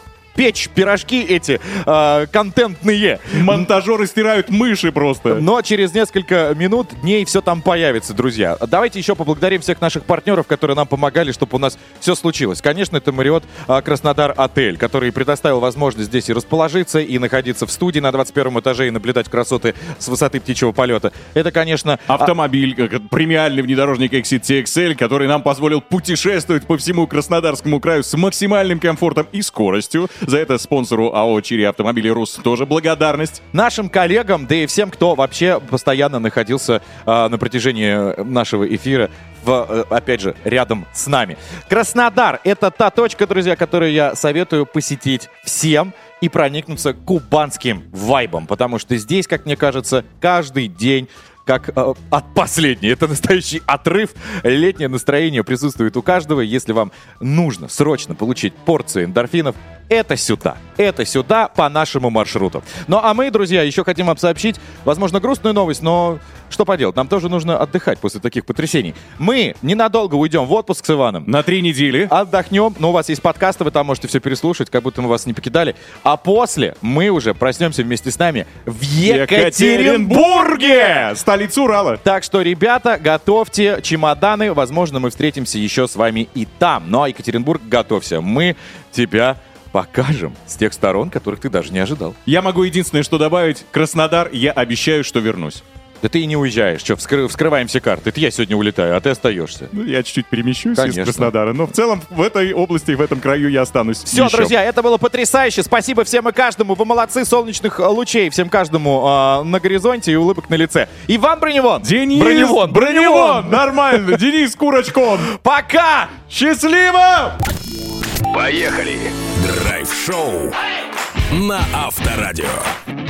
печь пирожки эти контентные. Монтажеры стирают мыши просто. Но через несколько минут, дней все там появится, друзья. Давайте еще поблагодарим всех наших партнеров, которые нам помогали, чтобы у нас все случилось. Конечно, это Marriott Краснодар Отель, который предоставил возможность здесь и расположиться, и находиться в студии на 21 этаже, и наблюдать красоты с высоты птичьего полета. Это, конечно... Автомобиль, премиальный внедорожник Exit TXL, который нам позволил путешествовать по всему Краснодарскому краю с максимальным комфортом и скоростью. За это спонсору АО «Чири Автомобили Рус» тоже благодарность. Нашим коллегам, да и всем, кто вообще постоянно находился на протяжении нашего эфира, опять же, рядом с нами. Краснодар — это та точка, друзья, которую я советую посетить всем и проникнуться кубанским вайбом, потому что здесь, как мне кажется, каждый день как от последней. Это настоящий отрыв. Летнее настроение присутствует у каждого. Если вам нужно срочно получить порцию эндорфинов, это сюда по нашему маршруту. Ну, а мы, друзья, еще хотим вам сообщить, возможно, грустную новость, но что поделать, нам тоже нужно отдыхать после таких потрясений. Мы ненадолго уйдем в отпуск с Иваном. На 3 недели. Отдохнем, но у вас есть подкасты, вы там можете все переслушать, как будто мы вас не покидали. А после мы уже проснемся вместе с нами в Екатеринбурге! Столица Урала. Так что, ребята, готовьте чемоданы, возможно, мы встретимся еще с вами и там. Ну, а Екатеринбург, готовься, мы тебя покажем с тех сторон, которых ты даже не ожидал. Я могу единственное, что добавить. Краснодар, я обещаю, что вернусь. Да ты и не уезжаешь. Что, вскрываем все карты. Это я сегодня улетаю, а ты остаешься. Ну, я чуть-чуть перемещусь Конечно. из Краснодара. Но в целом в этой области, в этом краю я останусь. Все, еще. друзья, это было потрясающе. Спасибо всем и каждому. Вы молодцы, солнечных лучей. Всем каждому на горизонте и улыбок на лице. Иван Броневон. Денис Броневон. Нормально. Денис Курочкон. Пока. Счастливо. Поехали! Драйв-шоу на Авторадио.